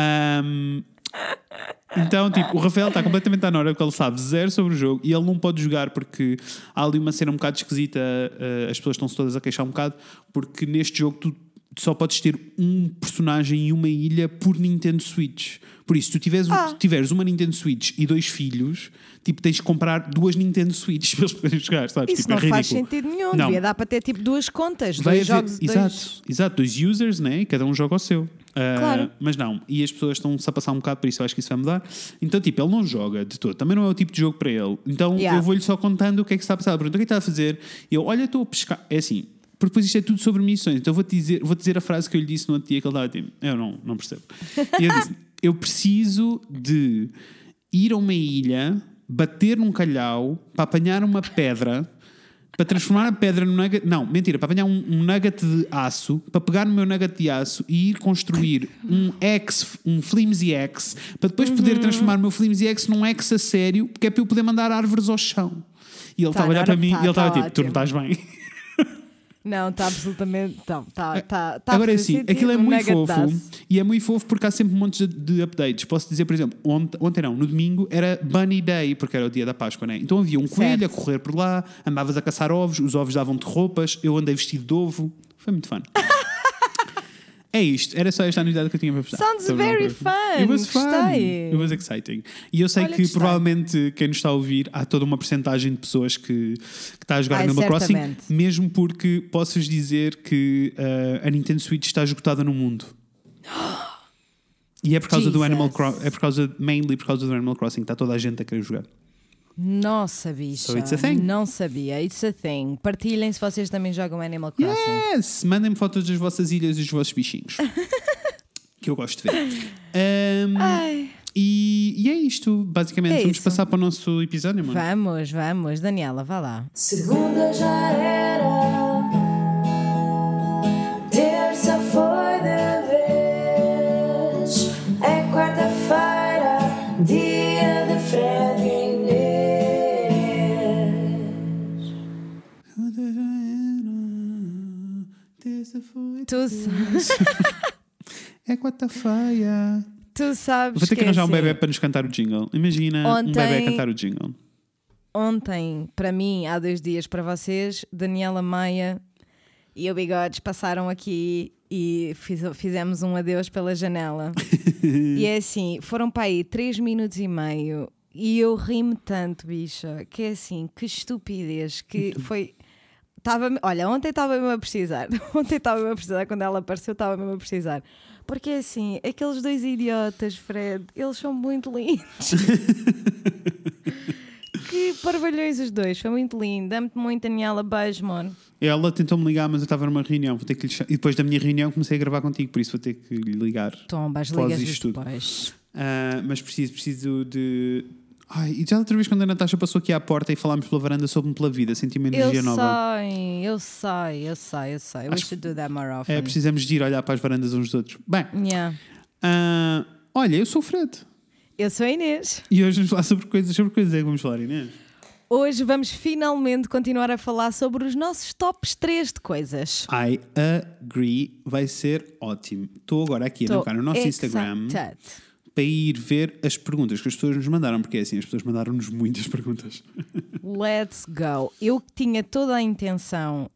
Então, tipo, o Rafael está completamente à nora porque ele sabe zero sobre o jogo e ele não pode jogar porque há ali uma cena um bocado esquisita. As pessoas estão-se todas a queixar um bocado porque neste jogo tu só podes ter um personagem e uma ilha por Nintendo Switch. Por isso, se tu tiveres uma Nintendo Switch e 2 filhos, tipo, tens de comprar 2 Nintendo Switches para eles poderem jogar, sabes? Isso tipo, não faz sentido nenhum. Não. Devia dar para ter tipo 2 contas, Vai 2 jogos. Exato, 2 users, né? E cada um joga o seu. Claro. Mas não, e as pessoas estão-se a passar um bocado por isso, eu acho que isso vai mudar. Então, tipo, ele não joga de todo, também não é o tipo de jogo para ele. Então, eu vou-lhe só contando o que é que está a passar. Pergunta o que é que está a fazer. Eu, olha, estou a pescar. É assim. Porque depois isto é tudo sobre missões. Então vou-te dizer a frase que eu lhe disse no outro dia que ele estava a dizer. Eu não percebo. E eu disse, eu preciso de ir a uma ilha, bater num calhau, para apanhar uma pedra, para transformar a pedra num nugget... Não, mentira, para apanhar um nugget de aço, para pegar no meu nugget de aço e ir construir um flimsy X, para depois poder transformar o meu flimsy X num X a sério, porque é para eu poder mandar árvores ao chão. E ele estava a olhar para mim e ele estava tipo, tu não estás bem. Não, está absolutamente. Agora é assim, aquilo é muito fofo e é muito fofo porque há sempre montes de updates. Posso dizer, por exemplo, ontem não, no domingo era Bunny Day, porque era o dia da Páscoa, né? Então havia um coelho a correr por lá, andavas a caçar ovos, os ovos davam-te roupas, eu andei vestido de ovo, foi muito fun. É isto, era só esta a novidade que eu tinha para postar. Sounds very fun. It was fun. It was exciting. E eu sei que provavelmente quem nos está a ouvir, há toda uma porcentagem de pessoas que está a jogar Animal Crossing, mesmo porque posso-vos dizer que a Nintendo Switch está esgotada no mundo. E é por causa do Animal Crossing, mainly por causa do Animal Crossing, está toda a gente a querer jogar. Nossa, bicha. So it's a thing. Não sabia. It's a thing. Partilhem se vocês também jogam Animal Crossing. Yes! Mandem-me fotos das vossas ilhas e dos vossos bichinhos. Que eu gosto de ver. E é isto. Basicamente, vamos passar para o nosso episódio, mano. Vamos. Daniela, vá lá. Segunda já era. Terça foi de vez. É quarta-feira, dia de Fred e Inês. É quarta-feira. Tu sabes. Vou ter que arranjar um bebê para nos cantar o jingle. Imagina um bebê a cantar o jingle. Ontem, para mim, há 2 dias para vocês, Daniela Maia e o Bigodes passaram aqui e fizemos um adeus pela janela. E é assim, foram para aí 3 minutos e meio e eu ri-me tanto, bicha, que é assim, que estupidez, que foi... Olha, ontem estava mesmo a precisar. Quando ela apareceu, estava mesmo a precisar. Porque assim, aqueles dois idiotas, Fred, eles são muito lindos. Que parvalhões os dois, foi muito lindo. Amo-te muito, Daniela. Beijo, mano. Ela tentou-me ligar, mas eu estava numa reunião. Vou ter que lhe E depois da minha reunião comecei a gravar contigo, por isso vou ter que lhe ligar. Tombas, Após ligas isto tudo. depois. Mas preciso de. Ai, e já outra vez quando a Natasha passou aqui à porta e falámos pela varanda sobre-me pela vida, senti uma energia nova. Eu sei. We should do that more often. Precisamos de ir olhar para as varandas uns dos outros. Bem, Yeah. olha, eu sou o Fred. Eu sou a Inês. E hoje vamos falar sobre coisas é que vamos falar, Inês. Hoje vamos finalmente continuar a falar sobre os nossos tops 3 de coisas. I agree, vai ser ótimo. Estou agora aqui a navegar no nosso Instagram para ir ver as perguntas que as pessoas nos mandaram, porque é assim, as pessoas mandaram-nos muitas perguntas. Let's go. Eu tinha toda a intenção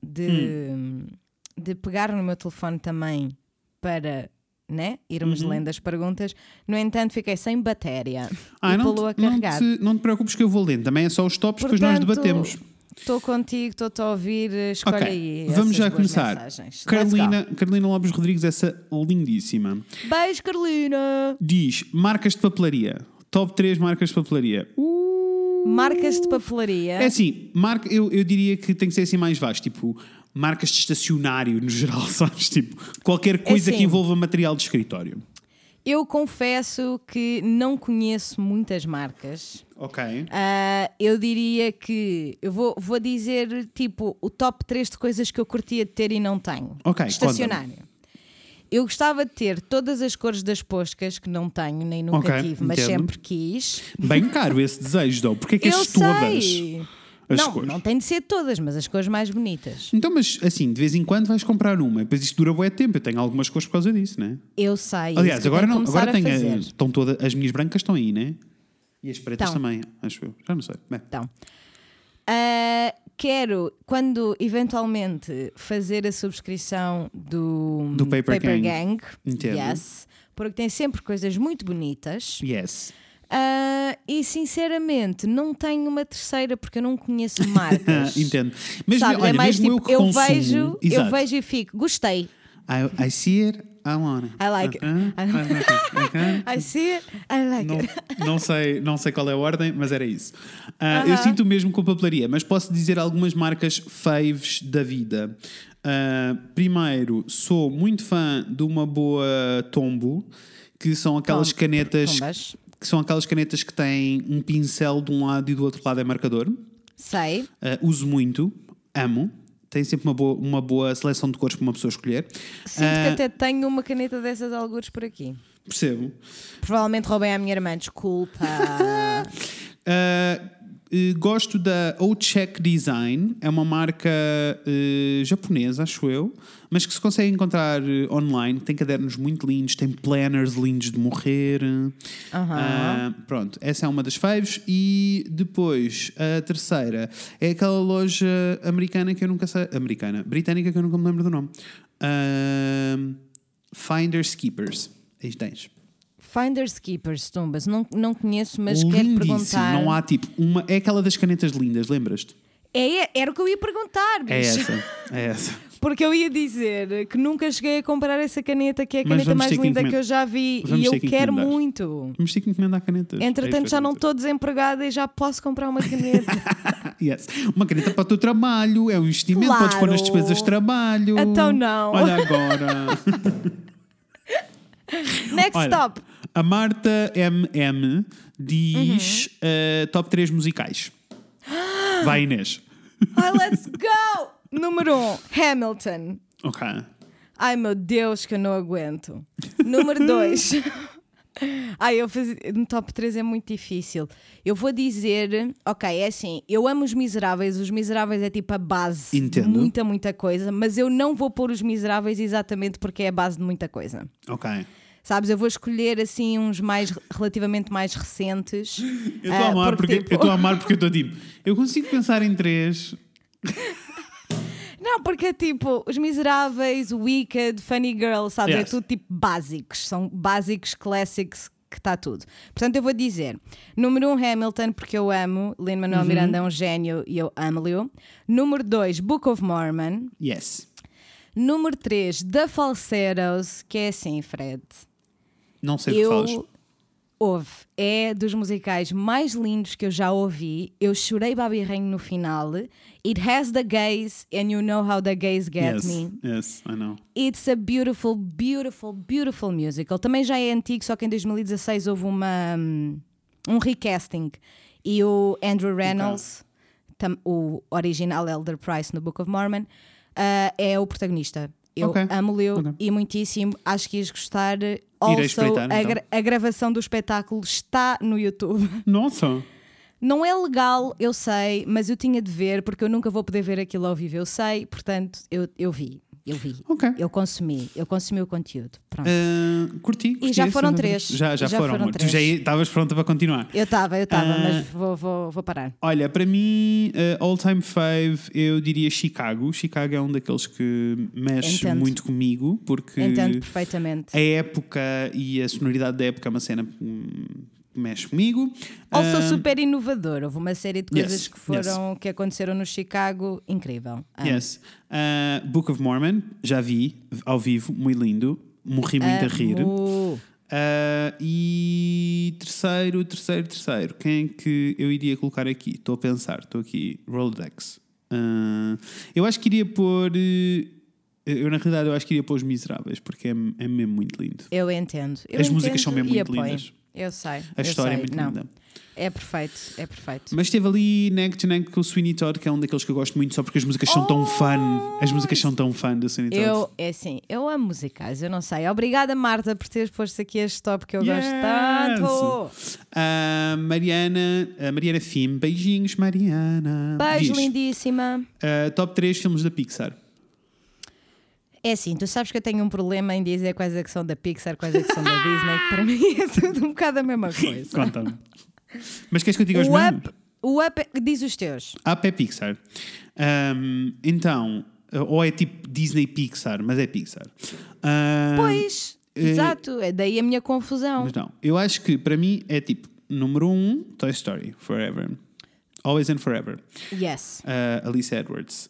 de pegar no meu telefone também para, né, irmos lendo as perguntas. No entanto, fiquei sem bateria e pô-lo a carregar. Não te preocupes que eu vou lendo. Também é só os tops, depois nós debatemos. Estou contigo, estou-te a ouvir, escolhe aí. Vamos já começar. Mensagens. Carolina Lopes Rodrigues, essa lindíssima. Beijo, Carolina. Diz, marcas de papelaria. Top 3 marcas de papelaria. Marcas de papelaria. É assim, eu diria que tem que ser assim mais vasto, tipo marcas de estacionário no geral, sabes? Tipo, qualquer coisa assim, que envolva material de escritório. Eu confesso que não conheço muitas marcas. Ok. Eu diria que eu vou dizer tipo o top 3 de coisas que eu curtia de ter e não tenho. Ok, estacionário. conta-me. Eu gostava de ter todas as cores das poscas, que não tenho, nem nunca tive, mas entendo. sempre quis. Bem caro esse desejo, Dou. Porque é que Eu és todas? sei. As Não, cores. não tem de ser todas, mas as cores mais bonitas. Então, mas assim, de vez em quando vais comprar uma, depois isto dura bué tempo. Eu tenho algumas cores por causa disso, né? Eu sei. Aliás, isso que eu agora tenho não, que começar agora a tenho fazer. estão todas as minhas brancas estão aí, né? E as pretas Estão. também, acho eu. Já não sei. Bem. Então, quero, quando eventualmente fazer a subscrição do Paper Gang, Entendo. yes, porque tem sempre coisas muito bonitas. Yes. E sinceramente não tenho uma terceira porque eu não conheço marcas. Entendo. Mesmo, Sabe, olha, é mais mesmo tipo, eu que eu consumo, vejo exato. e fico, gostei. I see it, I want it. I like it. I see it, I like it. Não sei qual é a ordem, mas era isso. Eu sinto o mesmo com a papelaria, mas posso dizer algumas marcas faves da vida. Primeiro, sou muito fã de uma boa Tombow, que são aquelas canetas Tombas. que são aquelas canetas que têm um pincel de um lado e do outro lado é marcador. Sei. Uso muito, amo. Tem sempre uma boa seleção de cores para uma pessoa escolher. Sinto que até tenho uma caneta dessas algures por aqui. Percebo. Provavelmente roubei à minha irmã, desculpa. Gosto da O-Check Design, é uma marca japonesa, acho eu, mas que se consegue encontrar online. Tem cadernos muito lindos, tem planners lindos de morrer. Pronto, essa é uma das faves. E depois a terceira é aquela loja americana que eu nunca sei. Britânica que eu nunca me lembro do nome. Finders Keepers. Aí tens. Finders Keepers, Tumbas, não conheço, mas quero Lindíssimo. perguntar. Não há tipo uma. É aquela das canetas lindas, lembras-te? Era o que eu ia perguntar, bicho. É essa. Porque eu ia dizer que nunca cheguei a comprar essa caneta, que é a Mas caneta vamos mais ter que linda que eu já vi Vamos e eu ter que quero encomendar. muito. Vamos ter que encomendar canetas. Entretanto, já não estou desempregada e já posso comprar uma caneta. Yes. Uma caneta para o teu trabalho, é um investimento, Claro. podes pôr nas despesas de trabalho. Então não. Olha agora. Next Olha, stop. a Marta MM diz top 3 musicais. Vai, Inês. Let's go! Número 1, Hamilton. Ok. Ai meu Deus, que eu não aguento. Número 2. Eu fazer no top 3 é muito difícil. Eu vou dizer, ok, é assim, eu amo Os Miseráveis é tipo a base Entendo. de muita coisa, mas eu não vou pôr Os Miseráveis exatamente porque é a base de muita coisa. Ok. Sabes, eu vou escolher assim uns relativamente mais recentes. Eu estou a amar porque tipo- eu estou a amar porque eu estou tipo, eu consigo pensar em 3. Não, porque é tipo, Os Miseráveis, Wicked, Funny Girl, sabes? Yes. É tudo tipo básicos. São básicos, classics, que está tudo. Portanto, eu vou dizer, número 1, Hamilton, porque eu amo. Lin-Manuel Miranda é um gênio e eu amo-lhe. Número 2, Book of Mormon. Yes. Número 3, The Falsettos, que é assim, Fred. Não sei o que falas. É dos musicais mais lindos que eu já ouvi. Eu chorei babirrenho no final. It has the gays and you know how the gays get me. Yes, I know. It's a beautiful, beautiful, beautiful musical. Também já é antigo, só que em 2016 houve um recasting. E o Andrew Reynolds, o original Elder Price no Book of Mormon, é o protagonista. Eu amo-lhe e muitíssimo. Acho que ias gostar. Also, a gravação do espetáculo está no YouTube. Nossa! Não é legal, eu sei, mas eu tinha de ver porque eu nunca vou poder ver aquilo ao vivo. Eu sei, portanto, eu vi. Okay. Eu consumi o conteúdo. Pronto. Curti. E já foram 3. Já foram. Tu já estavas pronta para continuar. Eu estava, mas vou parar. Olha, para mim, all time fave, eu diria Chicago. Chicago é um daqueles que mexe muito comigo, porque entendo perfeitamente. A época e a sonoridade da época é uma cena que mexe comigo. Also super inovador. Houve uma série de coisas que aconteceram no Chicago, incrível. Yes. Book of Mormon, já vi ao vivo, muito lindo. Morri muito a rir. E terceiro. Quem é que eu iria colocar aqui? Estou a pensar, estou aqui. Rolodex. Eu acho que iria pôr. Na realidade, eu acho que iria pôr Os Miseráveis, porque é mesmo muito lindo. Eu entendo. As músicas são mesmo muito lindas. Eu sei. A história é muito linda. É perfeito. Mas teve ali neck to neck com o Sweeney Todd, que é um daqueles que eu gosto muito só porque as músicas são tão fun. As músicas são tão fun do Sweeney Todd. Eu amo musicais, eu não sei. Obrigada, Marta, por teres posto aqui este top que eu gosto tanto. Mariana Fim, beijinhos, Mariana. Beijo, lindíssima. Top 3 filmes da Pixar. É assim, tu sabes que eu tenho um problema em dizer quais é que são da Pixar, quais é que são da Disney, que para mim é tudo um bocado a mesma coisa. Conta-me. Mas queres que eu diga os meus? O Up diz os teus. Up é Pixar. Então, ou é tipo Disney Pixar, mas é Pixar. Pois, exato, é daí a minha confusão. Mas não, eu acho que para mim é tipo, número 1, Toy Story, Forever. Always and Forever. Yes. Alice Edwards.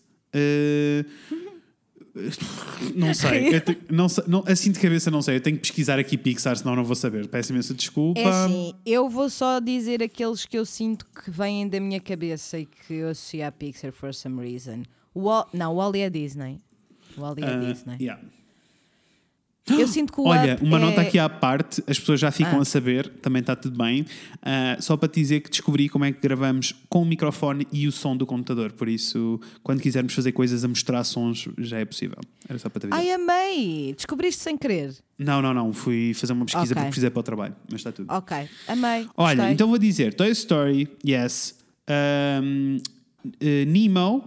Não sei, assim de cabeça não sei. Eu tenho que pesquisar aqui Pixar, senão não vou saber. Peço imensa desculpa. É assim, eu vou só dizer aqueles que eu sinto que vêm da minha cabeça e que eu associo à Pixar for some reason. O Wall-E é Disney. Yeah. Eu sinto que o Olha, Up uma nota aqui à parte, as pessoas já ficam a saber, também está tudo bem. Só para te dizer que descobri como é que gravamos com o microfone e o som do computador. Por isso, quando quisermos fazer coisas a mostrar sons, já é possível. Era só para te avisar. Ai, amei! Descobriste sem querer? Não. Fui fazer uma pesquisa porque precisei para o trabalho. Mas está tudo. Ok, amei. Olha, gostei. então vou dizer Toy Story, yes. Nemo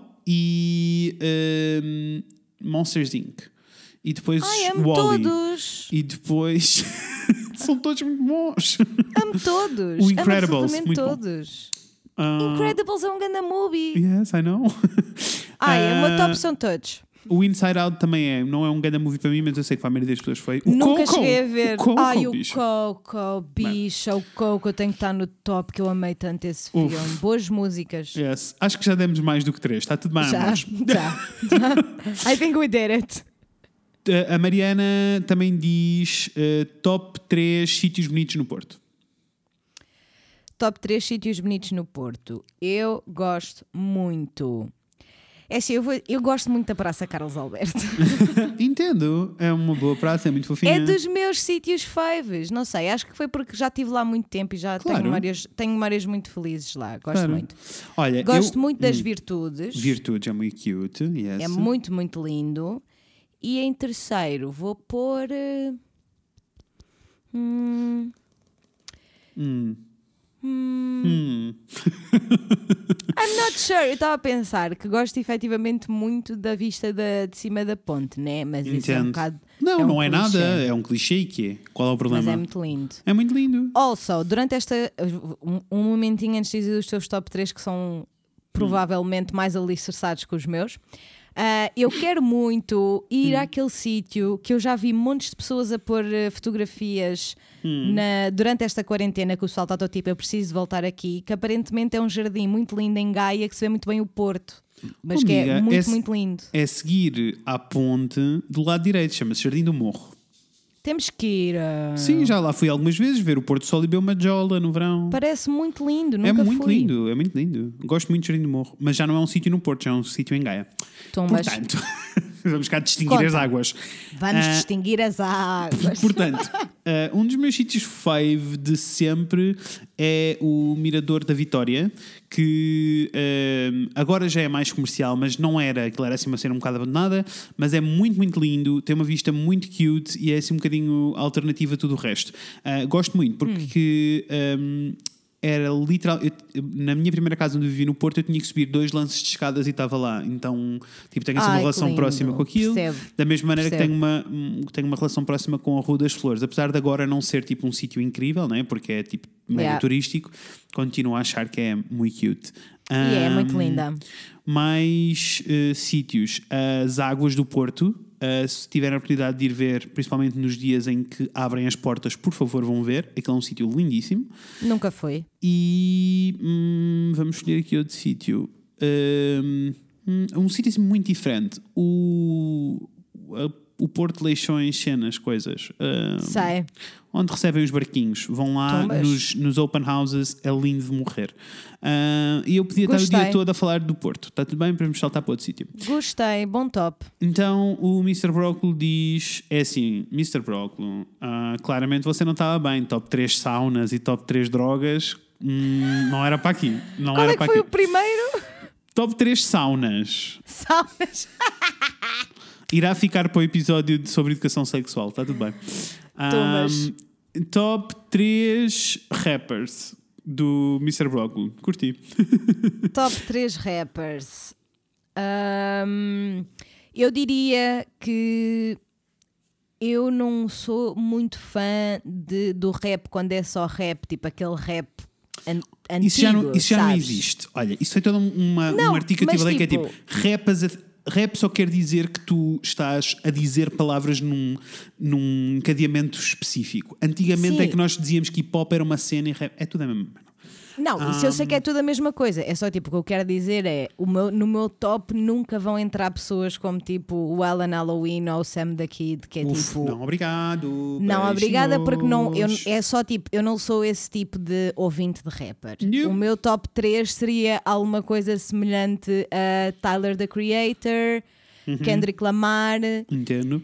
e Monsters Inc. E depois amo Wall-E. todos. E depois são todos muito bons. Amo todos. O Incredibles, amo absolutamente muito todos. Incredibles é um grande movie. Yes, I know. O meu top são todos. O Inside Out também não é um grande movie para mim, mas eu sei que para a maioria das pessoas foi. Nunca cheguei a ver. O Coco, eu tenho que estar no top, que eu amei tanto esse filme. Boas músicas. Yes. Acho que já demos mais do que 3. Está tudo bem, amores. Já. I think we did it. A Mariana também diz top 3 sítios bonitos no Porto. Top 3 sítios bonitos no Porto. Eu gosto muito. É assim, eu gosto muito da Praça Carlos Alberto. Entendo. É uma boa praça, é muito fofinha. É dos meus sítios faves. Não sei, acho que foi porque já estive lá muito tempo e já tenho memórias muito felizes lá. Gosto muito. Olha, gosto muito das Virtudes. Virtudes é muito cute. Yes. É muito, muito lindo. E em terceiro vou pôr... I'm not sure. Eu estava a pensar que gosto efetivamente muito da vista de cima da ponte, né? Mas isso é um bocado... Não é nada. É um clichê que é. Qual é o problema? Mas é muito lindo. É muito lindo. Also, durante um momentinho antes de dizer os teus top 3 que são provavelmente mais alicerçados que os meus... Eu quero muito ir àquele sítio que eu já vi montes de pessoas a pôr fotografias durante esta quarentena, que o pessoal está todo tipo, eu preciso voltar aqui, que aparentemente é um jardim muito lindo em Gaia, que se vê muito bem o Porto, mas que é Amiga, muito lindo. É seguir à ponte do lado direito, chama-se Jardim do Morro. Temos que ir. Sim, já lá fui algumas vezes ver o Porto Sol e beber uma jola no verão. Parece muito lindo, É nunca muito fui. lindo, é muito lindo. Gosto muito de Jardim do Morro, mas já não é um sítio no Porto, já é um sítio em Gaia. Tumbas. Portanto, vamos cá distinguir Conta. as águas. Vamos distinguir as águas. Portanto, um dos meus sítios fave de sempre é o Mirador da Vitória, que agora já é mais comercial, mas não era, aquilo era assim uma cena um bocado abandonada, mas é muito, muito lindo, tem uma vista muito cute e é assim um bocadinho alternativa a tudo o resto. Gosto muito, porque era literal. Na minha primeira casa onde eu vivi no Porto, eu tinha que subir 2 lances de escadas e estava lá. Então, tipo, tenho assim uma Ai, que relação lindo. próxima com aquilo. Percebo. Da mesma maneira que Percebo. tenho uma relação próxima com a Rua das Flores. Apesar de agora não ser tipo um sítio incrível, né? Porque é tipo mega Yeah. turístico, continuo a achar que é muito cute. E é muito linda. Mais sítios. As águas do Porto. Se tiverem a oportunidade de ir ver, principalmente nos dias em que abrem as portas, por favor vão ver. Aquilo é um sítio lindíssimo. Nunca fui. E vamos escolher aqui outro sítio. Um sítio assim muito diferente. O Porto, Leixões, cenas, coisas. Sei. Onde recebem os barquinhos. Vão lá Tumbas. nos open houses. É lindo de morrer. E eu podia estar o Gostei. dia todo a falar do Porto. Está tudo bem? Podemos saltar para outro sítio. Gostei, bom top. Então o Mr. Brócolo diz: é assim, Mr. Brócolo, claramente você não estava bem. Top 3 saunas e top 3 drogas, não era para aqui. Não Qual era é que para foi aqui. o primeiro? Top 3 saunas. Saunas. Irá ficar para o episódio sobre educação sexual, está tudo bem. Tumbas. Top 3 rappers do Mr. Brócolo. Curti. Top 3 rappers. Eu diria que eu não sou muito fã do rap quando é só rap, tipo aquele rap antigo. Isso já não sabes? existe. Olha, isso foi todo um Não, artigo que eu mas tive ali que é tipo- tipo rap só quer dizer que tu estás a dizer palavras num encadeamento específico. Antigamente Sim. é que nós dizíamos que hip hop era uma cena e rap é tudo a mesma. Não, isso eu sei que é tudo a mesma coisa. É só tipo, o que eu quero dizer é no meu top nunca vão entrar pessoas como tipo o Alan Halloween ou o Sam the Kid, que é tipo. Não, obrigado. Não, obrigada, porque não, beijinhos. é só tipo, eu não sou esse tipo de ouvinte de rapper. Nope. O meu top 3 seria alguma coisa semelhante a Tyler the Creator, Uhum. Kendrick Lamar Entendo.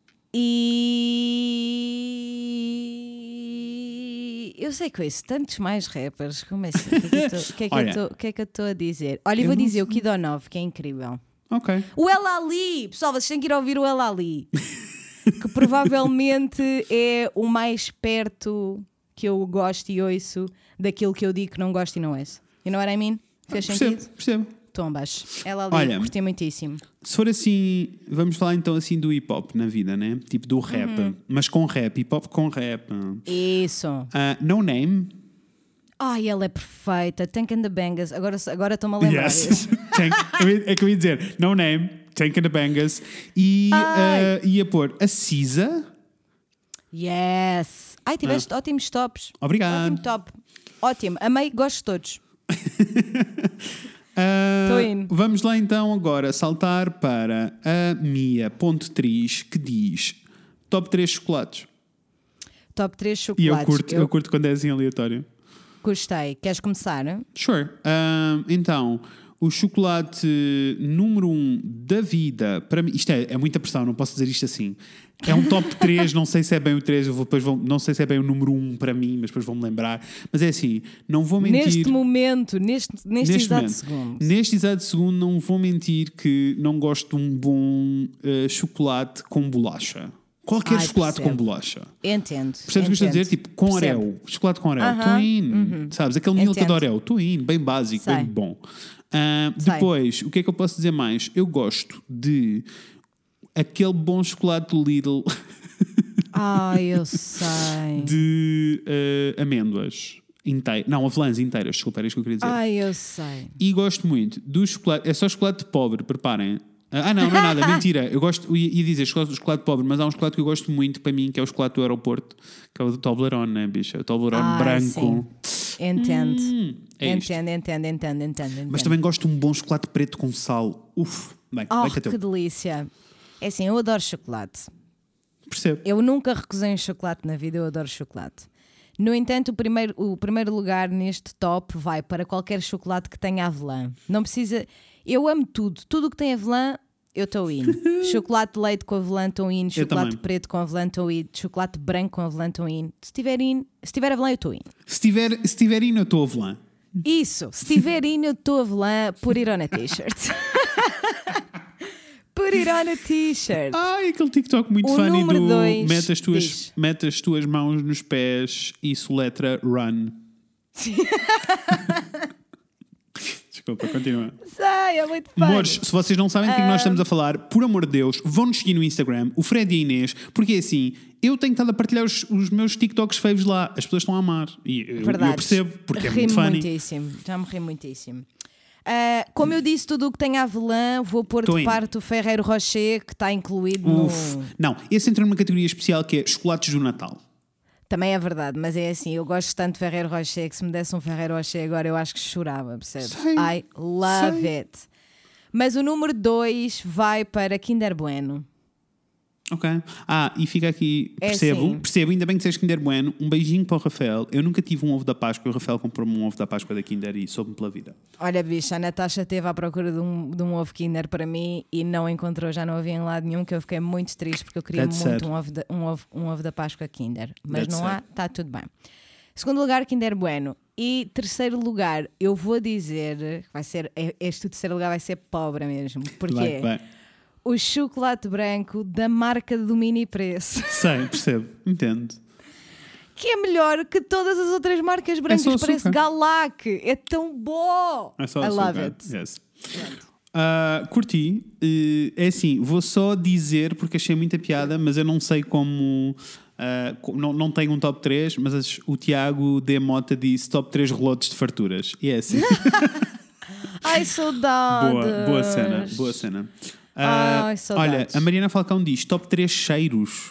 e. Eu sei que ouço tantos mais rappers. Como é assim? O que é que eu estou a dizer? Olha, eu Eu vou não dizer o sei. Kid 9, que é incrível. Ok. O El Ali! Pessoal, vocês têm que ir ouvir o El Ali. Que provavelmente é o mais perto que eu gosto e ouço daquilo que eu digo que não gosto e não ouço. You know what I mean? Fez sentido? Percebo. Tombas. El Ali, Olha, curti muitíssimo. Se for assim, vamos falar então assim do hip hop na vida, né? Tipo do rap, Uhum. mas com rap, hip hop com rap. Isso. No Name. Ai, ela é perfeita. Tank and the Bangers. Agora estou-me a lembrar. Yes. É que eu ia dizer No Name, Tank and the Bangers. E ia pôr a Cisa. Yes. Ai, tiveste ótimos tops. Obrigado. Ótimo top. Ótimo. Amei, gosto de todos. Tô indo. Vamos lá então agora saltar para a Mia.3 que diz top 3 chocolates. Top 3 E chocolates. eu curto quando é assim aleatório. Gostei. Queres começar? Sure. Então, o chocolate número 1 da vida, para mim, isto é muita pressão, não posso dizer isto assim. É um top 3, não sei se é bem o 3, não sei se é bem o número 1 para mim, mas depois vou-me lembrar. Mas é assim, não vou mentir. Neste momento, neste exato momento. segundo. Neste exato segundo, não vou mentir que não gosto de um bom chocolate com bolacha. Qualquer chocolate percebo. com bolacha. Entendo. Percebes o que eu estou a dizer? Tipo, com Percebo. Oreo. Chocolate com Oreo. Aham. Estou in. Sabes? Aquele Milka de Entendo. Oreo. Estou in. Bem básico, Sei. bem bom. Sei. Depois, o que é que eu posso dizer mais? Eu gosto de aquele bom chocolate do Lidl Ai, eu sei. de amêndoas. Não, avelãs inteiras. Desculpa, era isto que eu queria dizer. Ai, eu sei. E gosto muito do chocolate. É só chocolate pobre, preparem. Não é nada, mentira. Eu gosto, ia dizer chocolate pobre, mas há um chocolate que eu gosto muito para mim, que é o chocolate do aeroporto, que é o do Toblerone, né, bicha? O Toblerone branco. Sim. Entendo. isto. Entendo. Mas também gosto de um bom chocolate preto com sal. Uf, bem, vai que é teu. Que delícia. É assim, eu adoro chocolate. Percebo. Eu nunca recusei um chocolate na vida, eu adoro chocolate. No entanto, o primeiro lugar neste top vai para qualquer chocolate que tenha avelã. Não precisa... Eu amo tudo. Tudo que tem avelã, eu estou in. Chocolate de leite com avelã, estou in. Chocolate preto com avelã, estou in. Chocolate branco com avelã, estou in. Se tiver avelã, eu estou in. Se tiver in, eu estou avelã. Isso. Se tiver in, eu estou avelã por ir on a t-shirt. Por ir on a t-shirt. Ai, aquele TikTok muito O funny número do dois mete as tuas mãos nos pés e soletra run. Desculpa, continua. Sei, é muito fun. Amores, se vocês não sabem do que nós estamos a falar, por amor de Deus, vão-nos seguir no Instagram, o Fred e a Inês, porque é assim, eu tenho estado a partilhar os meus TikToks faves lá, as pessoas estão a amar. E eu percebo, porque é muito funny. Muitíssimo, já me ri muitíssimo. Como eu disse, tudo o que tem avelã, vou pôr de parte o Ferrero Rocher, que está incluído no... Não, esse entra numa categoria especial que é chocolates do Natal. Também é verdade, mas é assim, eu gosto tanto de Ferrero Rocher que se me desse um Ferrero Rocher agora eu acho que chorava, percebes? I love it. Mas o número 2 vai para Kinder Bueno. Ok. E fica aqui, assim. percebo, ainda bem que disseste Kinder Bueno, um beijinho para o Rafael. Eu nunca tive um ovo da Páscoa e o Rafael comprou-me um ovo da Páscoa da Kinder e soube-me pela vida. Olha, bicha, a Natasha esteve à procura de um ovo Kinder para mim e não encontrou, já não havia em lado nenhum, que eu fiquei muito triste porque eu queria muito um ovo da Páscoa Kinder. Mas não há, está tudo bem. Segundo lugar, Kinder Bueno. E terceiro lugar, eu vou dizer, este terceiro lugar vai ser pobre mesmo. Porquê? Vai. O chocolate branco da marca do Mini Preço. Sei, percebo, entendo. Que é melhor que todas as outras marcas brancas. Parece Galac. É tão bom. É só I love açúcar. it. Yes. Curti. É assim, vou só dizer, porque achei muita piada, mas eu não sei como... não tenho um top 3, mas o Tiago D. Mota disse top 3 relotes de farturas. E é assim. Ai, saudades. Boa cena. Olha, a Mariana Falcão diz top 3 cheiros.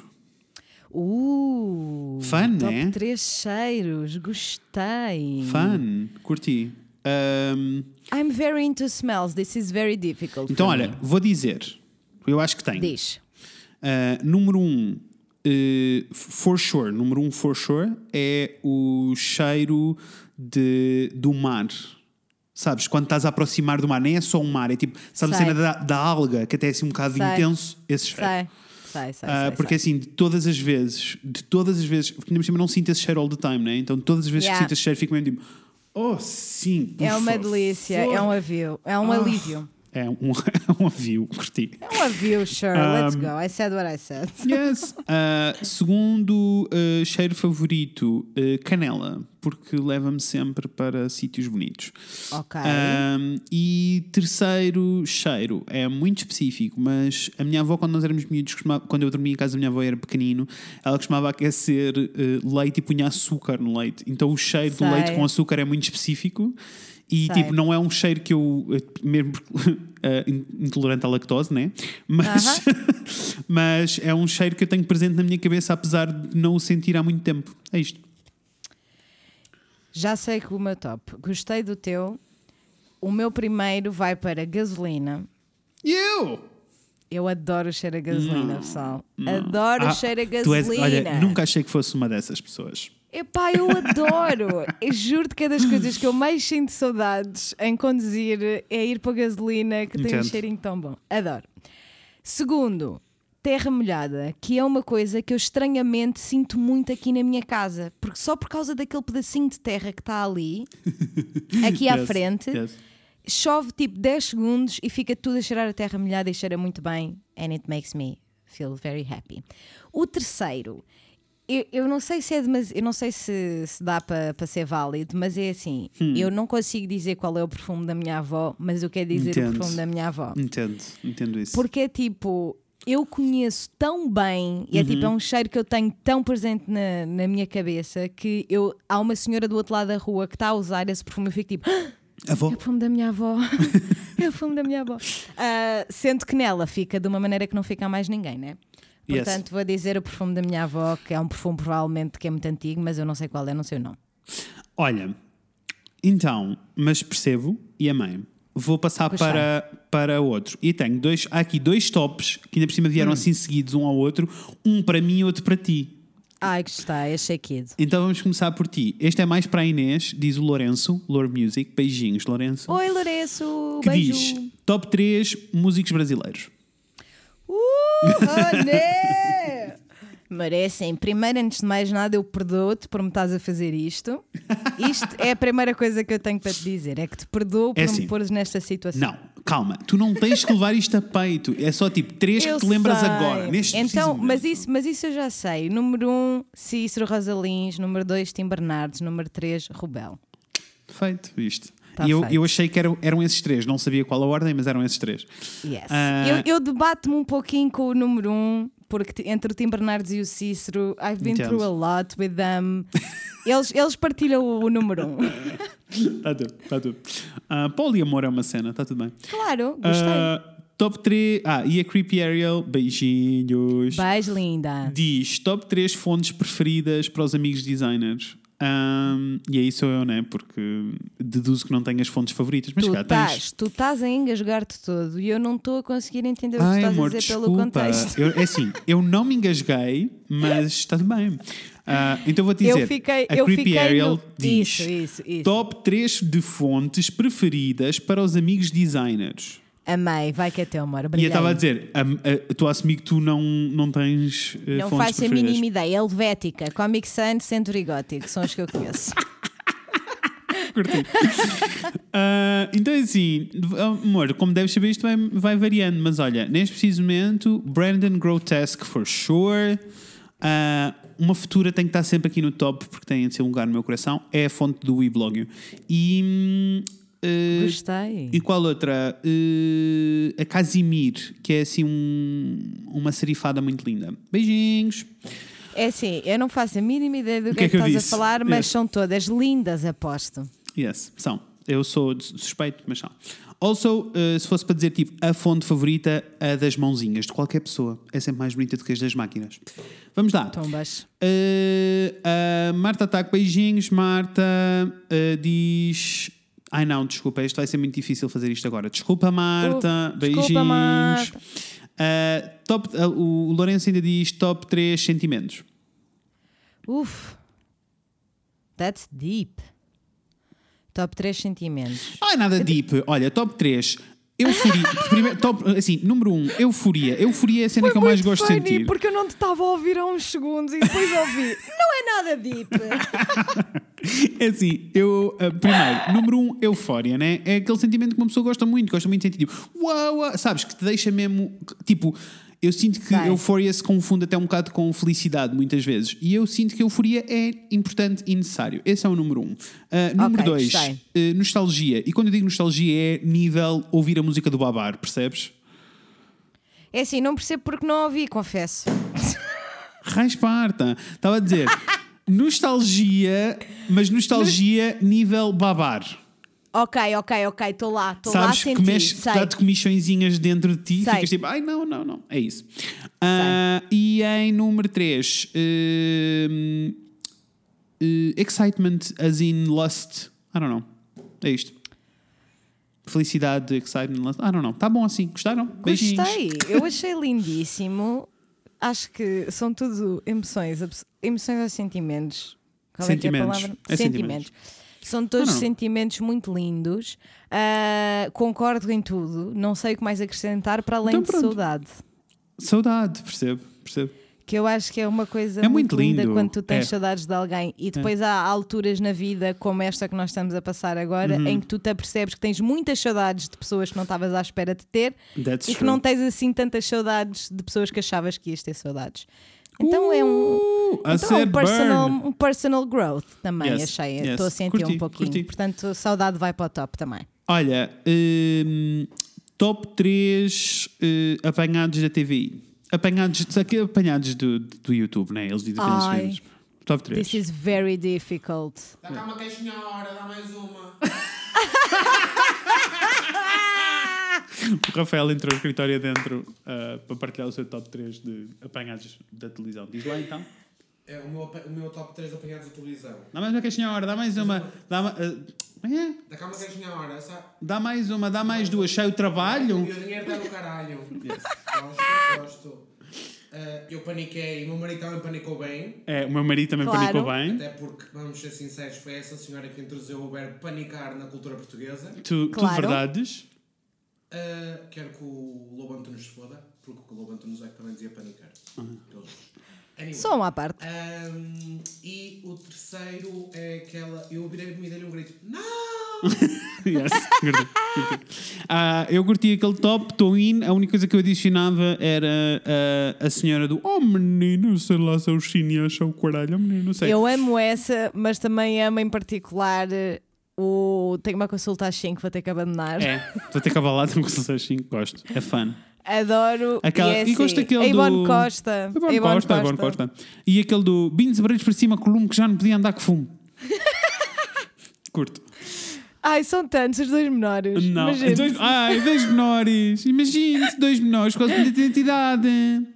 Fun, top né? Top 3 cheiros, gostei. Fun, curti. I'm very into smells, this is very difficult. Então, olha, vou dizer. Eu acho que tenho. Diz. Número 1, for sure. Número 1, for sure, é o cheiro do mar. Sabes, quando estás a aproximar do mar, nem é só um mar, é tipo, sabes a cena da alga, que até é assim um bocado intenso, esse cheiro. Sei. Porque assim, de todas as vezes, porque ainda por cima não sinto esse cheiro all the time, né? Então todas as vezes que sinto esse cheiro fico mesmo tipo, oh sim, é uma delícia, é um alívio, É um avio, curti. É um avio, sure, let's go. I said what I said. Yes. Segundo cheiro favorito, canela, porque leva-me sempre para sítios bonitos. Ok. E terceiro cheiro, é muito específico, mas a minha avó, quando nós éramos miúdos, quando eu dormia em casa da minha avó e era pequenino, ela costumava aquecer leite e punha açúcar no leite. Então o cheiro do leite com açúcar é muito específico. E tipo, não é um cheiro que eu, mesmo intolerante à lactose, né? Mas é um cheiro que eu tenho presente na minha cabeça, apesar de não o sentir há muito tempo. É isto. Já sei que o meu top. Gostei do teu. O meu primeiro vai para gasolina. Eu adoro o cheiro a gasolina, pessoal. Adoro o cheiro a gasolina. Olha, nunca achei que fosse uma dessas pessoas. Epá, eu adoro. Eu juro que é das coisas que eu mais sinto saudades em conduzir é ir para a gasolina, que tem um cheirinho tão bom. Adoro. Segundo, terra molhada, que é uma coisa que eu estranhamente sinto muito aqui na minha casa, porque só por causa daquele pedacinho de terra que está ali, aqui à frente, chove tipo 10 segundos e fica tudo a cheirar a terra molhada e cheira muito bem, and it makes me feel very happy. O terceiro, eu não sei se é eu não sei se dá para ser válido, mas é assim, eu não consigo dizer qual é o perfume da minha avó, mas eu quero dizer o perfume da minha avó. Entendo isso. Porque é tipo, eu conheço tão bem, e é tipo, é um cheiro que eu tenho tão presente na minha cabeça, que há uma senhora do outro lado da rua que está a usar esse perfume e eu fico tipo, Avó? É o perfume da minha avó. É o perfume da minha avó. Sendo que nela fica de uma maneira que não fica a mais ninguém, né? Yes. Portanto, vou dizer o perfume da minha avó, que é um perfume provavelmente que é muito antigo, mas eu não sei qual é, não sei o nome. Olha, então, mas percebo e amei. Vou passar Gostei. para outro. E tenho há aqui dois tops que ainda por cima vieram assim seguidos um ao outro. Um para mim e outro para ti. Ai, gostei, achei kid. Então vamos começar por ti. Este é mais para a Inês, diz o Lourenço, Lore Music. Beijinhos, Lourenço. Oi, Lourenço, Que beijo. diz top 3 músicos brasileiros. Olé! Merecem. Primeiro, antes de mais nada, eu perdoo-te por me estás a fazer isto. Isto é a primeira coisa que eu tenho para te dizer. É que te perdoo por assim. me pôres nesta situação. Não, calma. Tu não tens que levar isto a peito. É só tipo 3 que Eu te lembras sei. agora. Neste Então, preciso mas isso eu já sei. Número 1, Cícero Rosalins. Número 2, Tim Bernardes. Número 3, Rubel. Feito, isto. Tá E eu feito. achei que eram esses 3. Não sabia qual a ordem, mas eram esses 3. Yes. Ah. Eu debato-me um pouquinho com o número 1, porque entre o Tim Bernardes e o Cícero, I've been Entendo. through a lot with them. Eles partilham o número 1. Está tudo. Poliamor é uma cena, está tudo bem. Claro, gostei. Top 3. E a Creepy Ariel, beijinhos. Beijo, linda. Diz top 3 fontes preferidas para os amigos designers. E aí sou eu, né? Porque deduzo que não tenho as fontes favoritas. Mas cá tens. Tu estás a engasgar-te todo e eu não estou a conseguir entender o que estás Amor, a dizer pelo desculpa. contexto. É assim, eu não me engasguei, mas está tudo bem. Então vou-te dizer, a Creepy Ariel diz Isso. top 3 de fontes preferidas para os amigos designers. Amei, vai que é teu, amor. E eu Brilhei. estava a dizer, estou a assumir que tu não tens Não fontes faço a preferidas. mínima ideia. Helvética, Comic Sans, Century Gothic, são os que eu conheço. Curti. Então é assim, amor, como deves saber, isto vai variando, mas olha, neste preciso momento, Brandon Grotesque for sure. Uma futura tem que estar sempre aqui no top porque tem de ser um lugar no meu coração. É a fonte do Weblogio. Gostei. E qual outra? A Casimir, que é assim uma serifada muito linda. Beijinhos. É assim, eu não faço a mínima ideia do que é que eu estás disse? a falar, mas Yes. são todas lindas, aposto. Yes, são. Eu sou suspeito, mas são. Also, se fosse para dizer tipo a fonte favorita, a das mãozinhas de qualquer pessoa. É sempre mais bonita do que as das máquinas. Vamos lá. Tombas. A Marta Ataque, beijinhos. Marta diz. Ai não, desculpa, isto vai ser muito difícil fazer isto agora. Desculpa, Marta. Beijinhos. Desculpa, Marta. O Lourenço ainda diz top 3 sentimentos. That's deep. Top 3 sentimentos. Não é nada deep. Olha, top 3. Euforia. Primeiro, assim, número 1, euforia. Euforia é a cena que eu mais gosto de sentir. Porque eu não te estava a ouvir há uns segundos e depois ouvi. Não é nada deep. É assim, primeiro, número 1, eufória, né? É aquele sentimento que uma pessoa gosta muito de sentir, tipo, uau, sabes, que te deixa mesmo, tipo, eu sinto que Sei. euforia se confunde até um bocado com felicidade, muitas vezes, e eu sinto que euforia é importante e necessário. Esse é o número 1. Número 2, nostalgia. E quando eu digo nostalgia é nível ouvir a música do Babar, percebes? É assim, não percebo porque não ouvi, confesso. Rasparta. Estava a dizer, nostalgia, mas nostalgia nível Babar. Ok, estou lá a Sabes sentir. que mexe, Sei. dá-te comichõezinhas dentro de ti e Sei. ficas tipo, ai não, é isso. E em número 3, excitement as in lust. I don't know. É isto. Felicidade, excitement, lust. I don't know. Tá bom assim, gostaram? Beijinhos. Gostei, eu achei lindíssimo. Acho que são tudo emoções ou sentimentos. Qual é que é a Sentimentos. palavra? É sentimentos. São todos Não. sentimentos muito lindos. Concordo em tudo. Não sei o que mais acrescentar para além Então de pronto. saudade. Saudade, percebo. Que eu acho que é uma coisa É muito muito linda lindo. quando tu tens É. saudades de alguém. E depois há alturas na vida, como esta que nós estamos a passar agora, Uhum. em que tu te apercebes que tens muitas saudades de pessoas que não estavas à espera de ter That's e que true. não tens assim tantas saudades de pessoas que achavas que ias ter saudades. Então é um personal growth também, Yes, achei. yes. Estou a sentir Curti, um pouquinho. curti. Portanto, saudade vai para o top também. Olha, top 3 apanhados da TVI. Apanhados do YouTube, né? Eles dizem apenas Ai. vídeos. Top 3. This is very difficult. Dá cá uma queixinha à hora, dá mais uma. O Rafael entrou no escritório adentro para partilhar o seu top 3 de apanhados da televisão. Diz lá então. É o meu top 3 apanhados da televisão. Dá mais uma caixinha à hora, dá mais uma. Da calma caixinha à hora, sabe? Dá mais uma, dá mais duas. Sai o trabalho. E o dinheiro está no caralho. Gosto. Eu paniquei, o meu marido também panicou bem. O meu marido também Claro. panicou bem. Até porque, vamos ser sinceros, foi essa senhora que introduziu o verbo panicar na cultura portuguesa. Tudo Claro. verdades. Quero que o Lobo Antunes se foda, porque o Lobo Antunes é que também dizia panicar. Anyway. Só uma parte. E o terceiro é aquela. Eu virei-me e dei-lhe um grito: Não! Yes, curti. Eu curti aquele top, estou in. A única coisa que eu adicionava era a senhora do menino, sei lá se é o chinês ou o caralho, menino, não sei. Eu amo essa, mas também amo em particular o. Tenho uma consulta às 5, vou ter que abandonar. Vou ter que avalar, tenho que ser 5, gosto. É fun. Adoro. Aquela, e gosto daquele a Ivone do... Costa. Ivone Costa. E aquele do Binhos Abreiros para cima com lume que já não podia andar com fumo. Curto. Ai, são tantos, os dois menores. Não, Imagina. dois menores. Imagine-se, dois menores com a sua identidade.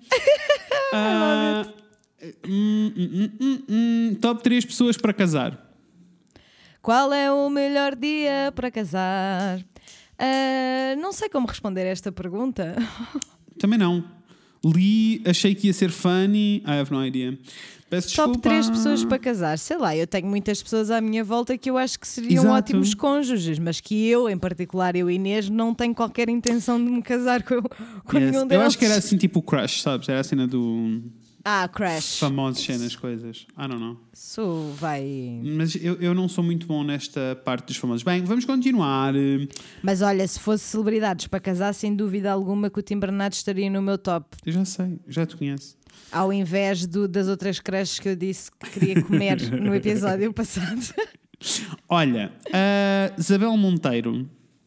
Top 3 pessoas para casar. Qual é o melhor dia para casar? Não sei como responder a esta pergunta. Também não. Li, achei que ia ser funny. I have no idea. Peço desculpa. Top 3 pessoas para casar. Sei lá, eu tenho muitas pessoas à minha volta que eu acho que seriam Exato. ótimos cônjuges, mas que eu, em particular, eu e Inês, não tenho qualquer intenção de me casar com Yes. nenhum deles. Eu acho que era assim tipo o crush, sabes? Era a cena do Crash. famosos cenas, coisas. I don't know. Isso vai... Mas eu não sou muito bom nesta parte dos famosos. Bem, vamos continuar. Mas olha, se fosse celebridades para casar, sem dúvida alguma que o Tim Bernardes estaria no meu top. Eu já sei, já te conheço. Ao invés das outras crushes que eu disse que queria comer no episódio passado. Olha, a Isabel Monteiro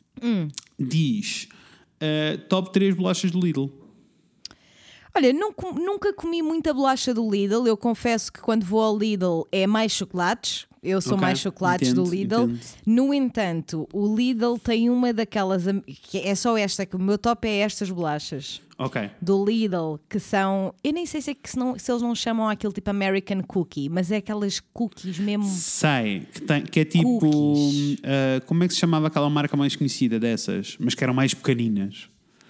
diz top 3 bolachas do Lidl. Olha, nunca comi muita bolacha do Lidl. Eu confesso que quando vou ao Lidl é mais chocolates. Eu sou Ok, mais chocolates entendo, do Lidl. entendo. No entanto, o Lidl tem uma daquelas... que é só esta, que o meu top é estas bolachas. Ok. Do Lidl, que são... Eu nem sei se eles não chamam aquele tipo American Cookie, mas é aquelas cookies mesmo... Sei, que é tipo... Cookies. como é que se chamava aquela marca mais conhecida dessas? Mas que eram mais pequeninas.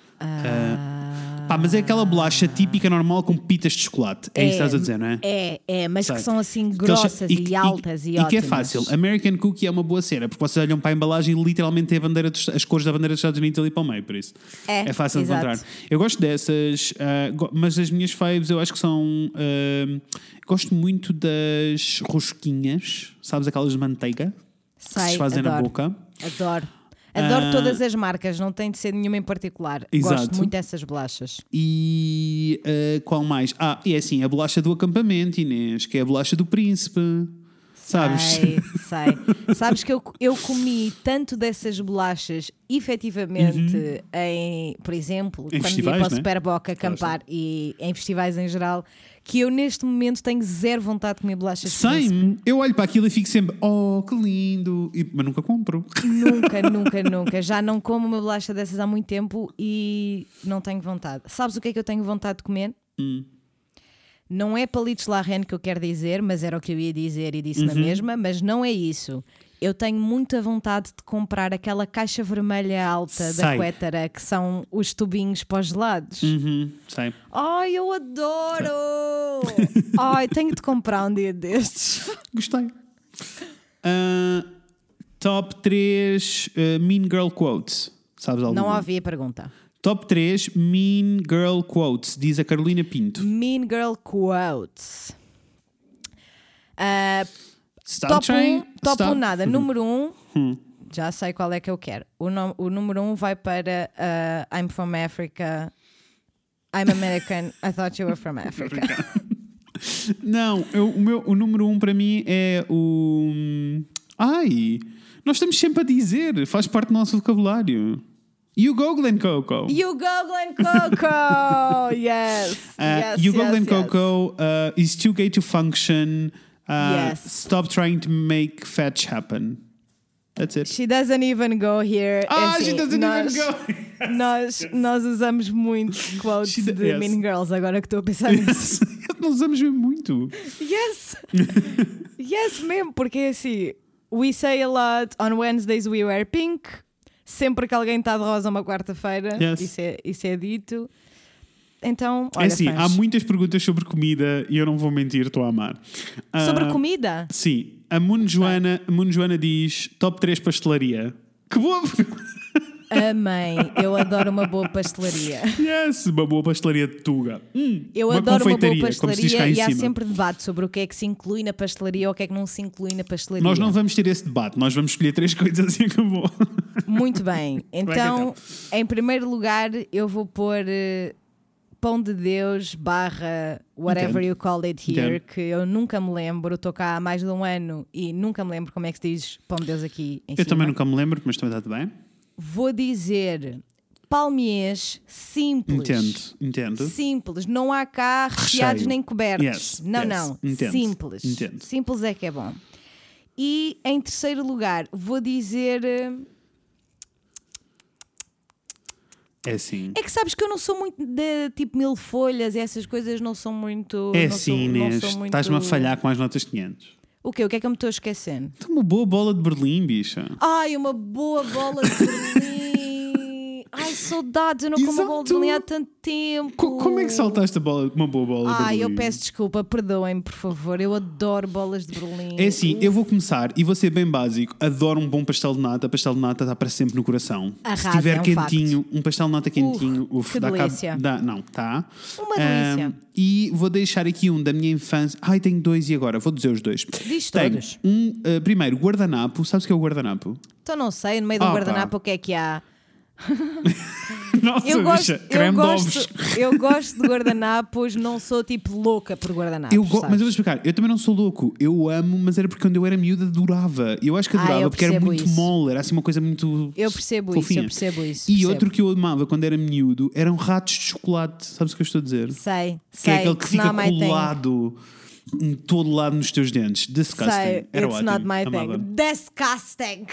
Mas é aquela bolacha típica normal com pitas de chocolate. É isso que estás a dizer, não é? Mas Sei. que são assim Que eles- grossas e altas e E que é ótimas. fácil. American Cookie é uma boa cena, porque vocês olham para a embalagem e literalmente tem as cores da bandeira dos Estados Unidos ali para o meio, por isso. É fácil de exato. encontrar. Eu gosto dessas, mas as minhas faves eu acho que são... gosto muito das rosquinhas, sabes, aquelas de manteiga que se fazem na adoro. boca. Adoro todas as marcas, não tem de ser nenhuma em particular. Exato. Gosto muito dessas bolachas. E qual mais? E é assim, a bolacha do acampamento, Inês, que é a bolacha do príncipe. Sabes? Sei. Sabes que eu comi tanto dessas bolachas efetivamente em, por exemplo, quando ia festivais, para o né? Superboc acampar e em festivais em geral, que eu neste momento tenho zero vontade de comer bolachas de príncipe. Same. Eu olho para aquilo e fico sempre, que lindo. Mas nunca compro. Nunca. Já não como uma bolacha dessas há muito tempo e não tenho vontade. Sabes o que é que eu tenho vontade de comer? Não é palitos La Reine que eu quero dizer, mas era o que eu ia dizer e disse na mesma, mas não é isso. Eu tenho muita vontade de comprar aquela caixa vermelha alta da Sei. Quétara, que são os tubinhos pós-gelados. Sei. Ai, eu adoro! Ai, tenho de comprar um dia destes. Gostei. Top 3 Mean Girl Quotes. Sabes alguma? Não ouvi a pergunta. Top 3 Mean Girl Quotes, diz a Carolina Pinto. Mean Girl Quotes. Stop Top 1 trying- stop. nada. Número 1, já sei qual é que eu quero. O número 1 vai para I'm from Africa. I'm American. I thought you were from Africa. Não, o número 1 para mim é o... nós estamos sempre a dizer, faz parte do nosso vocabulário. You go, Glen Coco. You go, Glen Coco! Yes. You go, Glen Coco is too gay to function. Yes. Stop trying to make fetch happen. That's it. She doesn't even go here. Assim, She doesn't nós, even go. nós usamos muito quotes She de yes. Mean Girls, agora que estou a pensar nisso. Nós usamos mesmo muito. Yes! Yes, mesmo, porque é assim: we say a lot, on Wednesdays we wear pink. Sempre que alguém está de rosa uma quarta-feira, Yes. isso é dito. Então, olha, É assim, fãs. há muitas perguntas sobre comida e eu não vou mentir, estou a amar. Sobre Ah, comida? Sim. A Muno Joana diz top 3 pastelaria. Que boa! Amém. Eu adoro uma boa pastelaria. Yes, uma boa pastelaria de Tuga. Eu uma adoro uma boa confeitaria, como se diz cá pastelaria em e há cima. sempre debate sobre o que é que se inclui na pastelaria ou o que é que não se inclui na pastelaria. Nós não vamos ter esse debate, nós vamos escolher 3 coisas e acabou. Muito bem. Então, em primeiro lugar, eu vou pôr Pão de Deus / whatever Entendo. you call it here, Entendo. que eu nunca me lembro. Estou cá há mais de um ano e nunca me lembro como é que se diz Pão de Deus aqui em Eu cima. também nunca me lembro, mas também está bem. Vou dizer palmiers simples. Entendo. Simples, não há cá recheados Recheio. nem cobertos. Yes, Não, yes. não. Entendo. Simples. Entendo. Simples é que é bom. E em terceiro lugar, vou dizer. É assim. É que sabes que eu não sou muito de tipo 1000 folhas e essas coisas não são muito. É não assim, sou, não Inês. sou muito... Estás-me a falhar com as notas 500. O quê? O que é que eu me estou esquecendo? Tem uma boa bola de Berlim, bicha. Ai, uma boa bola de Berlim. Ai, saudades, eu não como Exato. bola de Berlim há tanto tempo. Como é que saltaste uma boa bola de Berlim? Ai, eu peço desculpa, perdoem-me, por favor. Eu adoro bolas de Berlim. É assim, eu vou começar e vou ser bem básico. Adoro um bom pastel de nata. Pastel de nata está para sempre no coração. Arrasa, Se estiver é um quentinho, um pastel de nata quentinho, que dá delícia. cabo. Não, tá. Uma delícia. E vou deixar aqui um da minha infância. Ai, tenho 2 e agora? Vou dizer os 2. Diz Tenho todos. primeiro, guardanapo. Sabes o que é o guardanapo? Então não sei, no meio de um Ah, pá. guardanapo o que é que há? Nossa, bicha, creme de ovos. eu gosto de guardanapos, não sou tipo louca por guardanapos. Mas eu vou sabes? explicar, eu também não sou louco, eu amo, mas era porque quando eu era miúda adorava. Eu acho que adorava eu porque era percebo muito isso. mole, era assim uma coisa muito. Eu percebo fofinha. isso, eu percebo isso. E percebo. outro que eu amava quando era miúdo eram ratos de chocolate, sabes o que eu estou a dizer? Sei, Que sei. é aquele que fica not my thing. colado em todo lado nos teus dentes. Disgusting. Sei, Era it's ótimo. not my Amava. thing. Disgusting.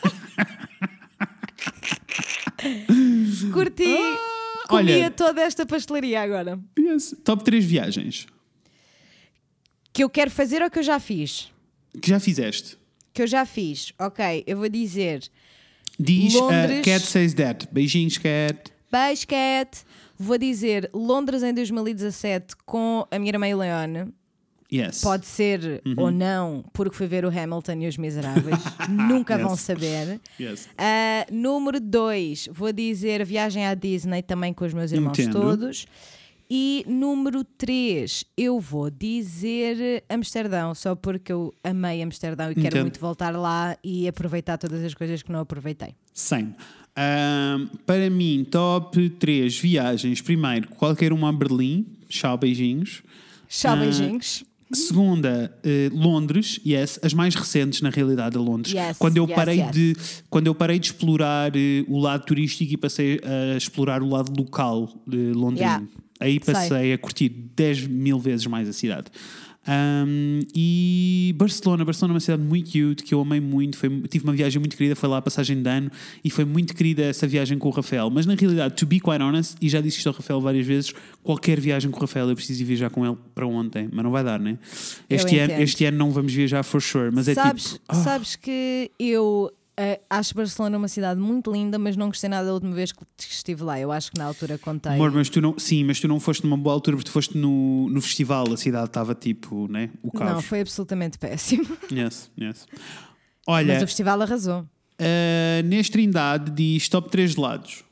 Curti. Comia olha. toda esta pastelaria agora. Yes. Top 3 viagens Que eu quero fazer ou que eu já fiz? que já fizeste. Que eu já fiz. Ok, eu vou dizer Diz Londres. Cat Says That. Beijinhos, Cat. Beijo, Cat. Vou dizer Londres em 2017 com a minha irmã Leone. Yes. Pode ser ou não, porque fui ver o Hamilton e os Miseráveis. Nunca vão Yes. saber. Yes. Número 2, vou dizer viagem à Disney também com os meus irmãos Entendo. todos. E número 3, eu vou dizer Amsterdão, só porque eu amei Amsterdão e quero Entendo. muito voltar lá e aproveitar todas as coisas que não aproveitei. Same. Para mim, top 3 viagens. Primeiro, qualquer uma a Berlim. Tchau, beijinhos. Tchau, beijinhos. Segunda, Londres, yes, as mais recentes na realidade a Londres. Yes, quando eu yes, parei yes. quando eu parei de explorar o lado turístico e passei a explorar o lado local de londrino. Yeah. Aí passei Sei. a curtir 10.000 vezes mais a cidade. E Barcelona é uma cidade muito cute que eu amei muito. Tive uma viagem muito querida, foi lá a passagem de ano e foi muito querida essa viagem com o Rafael. Mas na realidade, to be quite honest, e já disse isto ao Rafael várias vezes, qualquer viagem com o Rafael eu preciso ir viajar com ele para ontem, mas não vai dar, né? entendo. Este ano não vamos viajar for sure, mas é Sabes, tipo. sabes que eu acho Barcelona uma cidade muito linda, mas não gostei nada da última vez que estive lá. Eu acho que na altura contei. Amor, mas tu não foste numa boa altura porque tu foste no festival, a cidade estava tipo, né? O caos. Não, foi absolutamente péssimo. Yes. Olha, Mas o festival arrasou. neste Trindade diz top 3 gelados.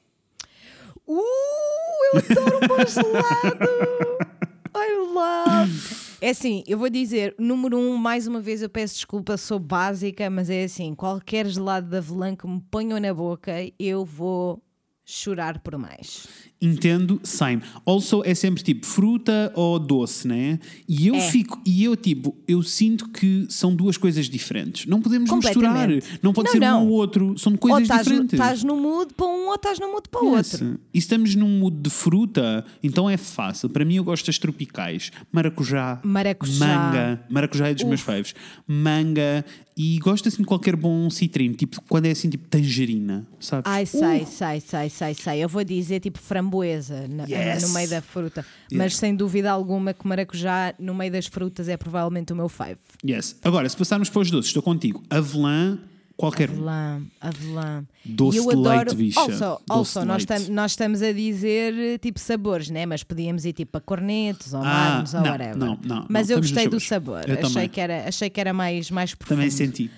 Eu adoro um bom gelado! I love! É assim, eu vou dizer, número 1, mais uma vez eu peço desculpa, sou básica, mas é assim, qualquer gelado de avelã que me ponham na boca, eu vou chorar por mais. Entendo, same. Also, é sempre tipo fruta ou doce, né? E eu eu sinto que são duas coisas diferentes. Não podemos misturar. Completamente. Não pode ser um ou outro. São Ou coisas diferentes. estás no mood para um ou estás no mood para o outro. Yes. E estamos num mood de fruta, então é fácil. Para mim, eu gosto das tropicais: maracujá, manga. Maracujá é dos meus faves. Manga. E gosto assim de qualquer bom citrino, tipo quando é assim, tipo tangerina, sabes? Ai, sei. Eu vou dizer tipo framboesa no meio da fruta. Mas sem dúvida alguma que maracujá no meio das frutas é provavelmente o meu fave. Yes. Agora, se passarmos para os doces, estou contigo. Avelã, qualquer Avelã. doce E eu de leite, adoro. bicha. Also, de leite. nós estamos a dizer tipo sabores, né? Mas podíamos ir tipo a cornetos ou magnos ou não, whatever. não, Mas não, eu estamos gostei nos do sabores. sabor. Eu Achei que era mais profundo. Também senti.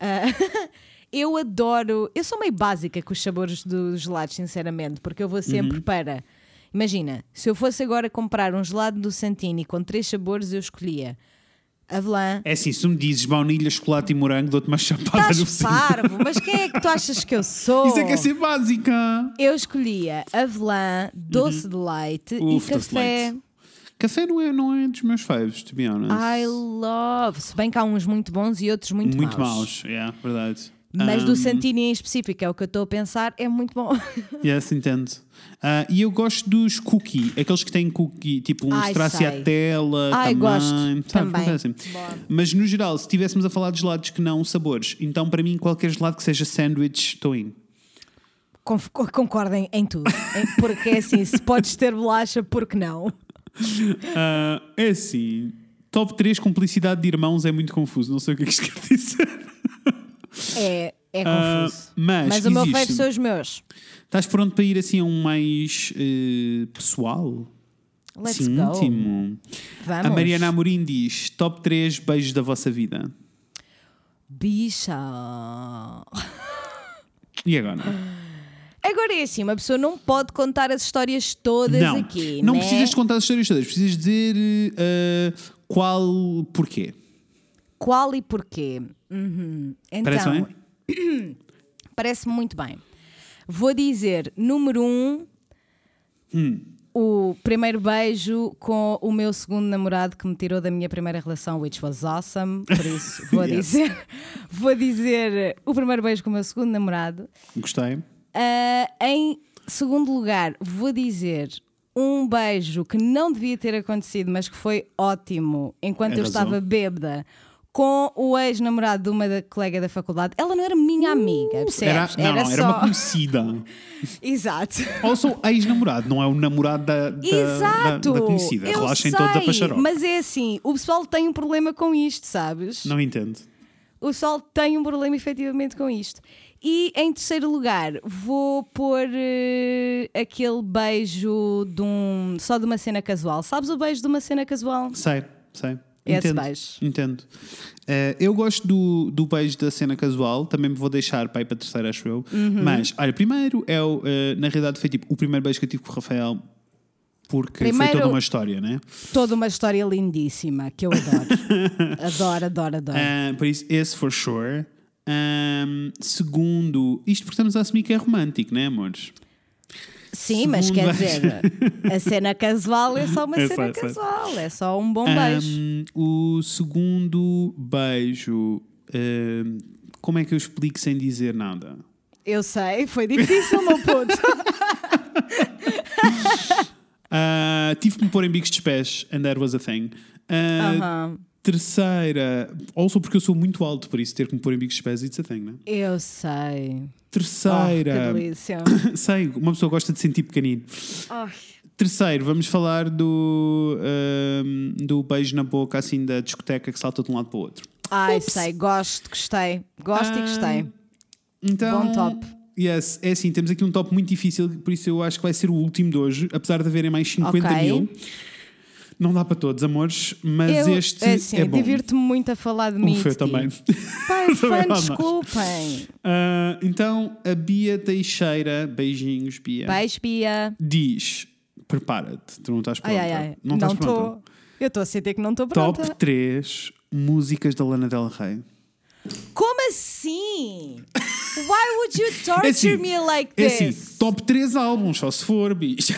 Eu adoro. Eu sou meio básica com os sabores dos gelados, sinceramente, porque eu vou sempre para. Imagina, se eu fosse agora comprar um gelado do Santini com 3 sabores, eu escolhia avelã. É assim, se tu me dizes baunilha, chocolate e morango, dou-te uma chapada no Estás focinho. parvo, mas quem é que tu achas que eu sou? Isso é que é ser básica. Eu escolhia avelã, doce de leite Uf, e doce de café. leite. Café não é dos meus faves, to be honest. I love. Se bem que há uns muito bons e outros muito maus. Yeah, verdade. Mas do Santini em específico, é o que eu estou a pensar, é muito bom. Yes, entendo. E eu gosto dos cookie, aqueles que têm cookie, tipo um stracciatella também. Gosto sabe, também. Assim. Mas no geral, se estivéssemos a falar de gelados que não sabores, então para mim qualquer gelado que seja sandwich, estou in. Concordem em tudo. Porque é assim, se podes ter bolacha, por que não? É assim, top 3 cumplicidade de irmãos é muito confuso, não sei o que é que isto quer dizer. É confuso. Mas o meu existe. fave são os meus. Estás pronto para ir assim a um mais pessoal? Let's Sim, go. íntimo. Vamos. A Mariana Amorim diz: top 3 beijos da vossa vida. Bicha. E agora? Agora é assim, uma pessoa não pode contar as histórias todas Não, aqui. não né? precisas de contar as histórias todas, precisas dizer qual, porquê. Qual e porquê? Então, Parece bem? Parece-me muito bem. Vou dizer, número 1, o primeiro beijo com o meu segundo namorado que me tirou da minha primeira relação, which was awesome. Por isso, vou dizer o primeiro beijo com o meu segundo namorado. Gostei. Em segundo lugar, vou dizer um beijo que não devia ter acontecido, mas que foi ótimo enquanto eu estava bêbada com o ex-namorado de uma colega da faculdade. Ela não era minha amiga, percebes? Era só... uma conhecida. Exato. Ou sou ex-namorado, não é o namorado da conhecida. Eu Relaxem sei, todos a pacharoca. mas é assim, o pessoal tem um problema com isto, sabes? Não entendo. O pessoal tem um problema efetivamente com isto. E em terceiro lugar, vou pôr aquele beijo só de uma cena casual. Sabes o beijo de uma cena casual? Sei. Esse beijo. Entendo. Eu gosto do beijo da cena casual, também me vou deixar para ir para a terceira, acho eu. Mas, olha, primeiro na realidade foi tipo o primeiro beijo que eu tive com o Rafael, porque foi toda uma história, né? Toda uma história lindíssima que eu adoro. adoro. Por isso, esse for sure. Segundo, isto porque estamos a assumir que é romântico, né, amores? Sim, mas quer dizer, a cena casual é só uma cena casual, é só um bom beijo. O segundo beijo, como é que eu explico sem dizer nada? Eu sei, foi difícil, meu puto. Tive que me pôr em bicos de pés, and that was a thing. Terceira, also porque eu sou muito alto, por isso ter que me pôr em bicos de pés, it's a thing, né? Eu sei. Terceira, que delícia. sei, uma pessoa gosta de sentir pequenino. Oh. Terceiro, vamos falar do beijo na boca, assim, da discoteca que salta de um lado para o outro. Sei, gostei. Gosto e gostei. Então, bom top. Yes, é assim, temos aqui um top muito difícil, por isso eu acho que vai ser o último de hoje, apesar de haverem mais 50 mil. Não dá para todos, amores, mas este é bom. Divirto-me muito a falar de mim. Eu também. Pai, fã, desculpem. Então, a Bia Teixeira, beijinhos, Bia. Beijo, Bia. Diz, prepara-te, tu não estás pronta. Não estás estou. pronta. Eu estou a sentir que não estou pronta. Top 3 músicas da Lana Del Rey. Como assim? Why would you torture É assim, me like é this? assim, top 3 álbuns, só se for, bicho.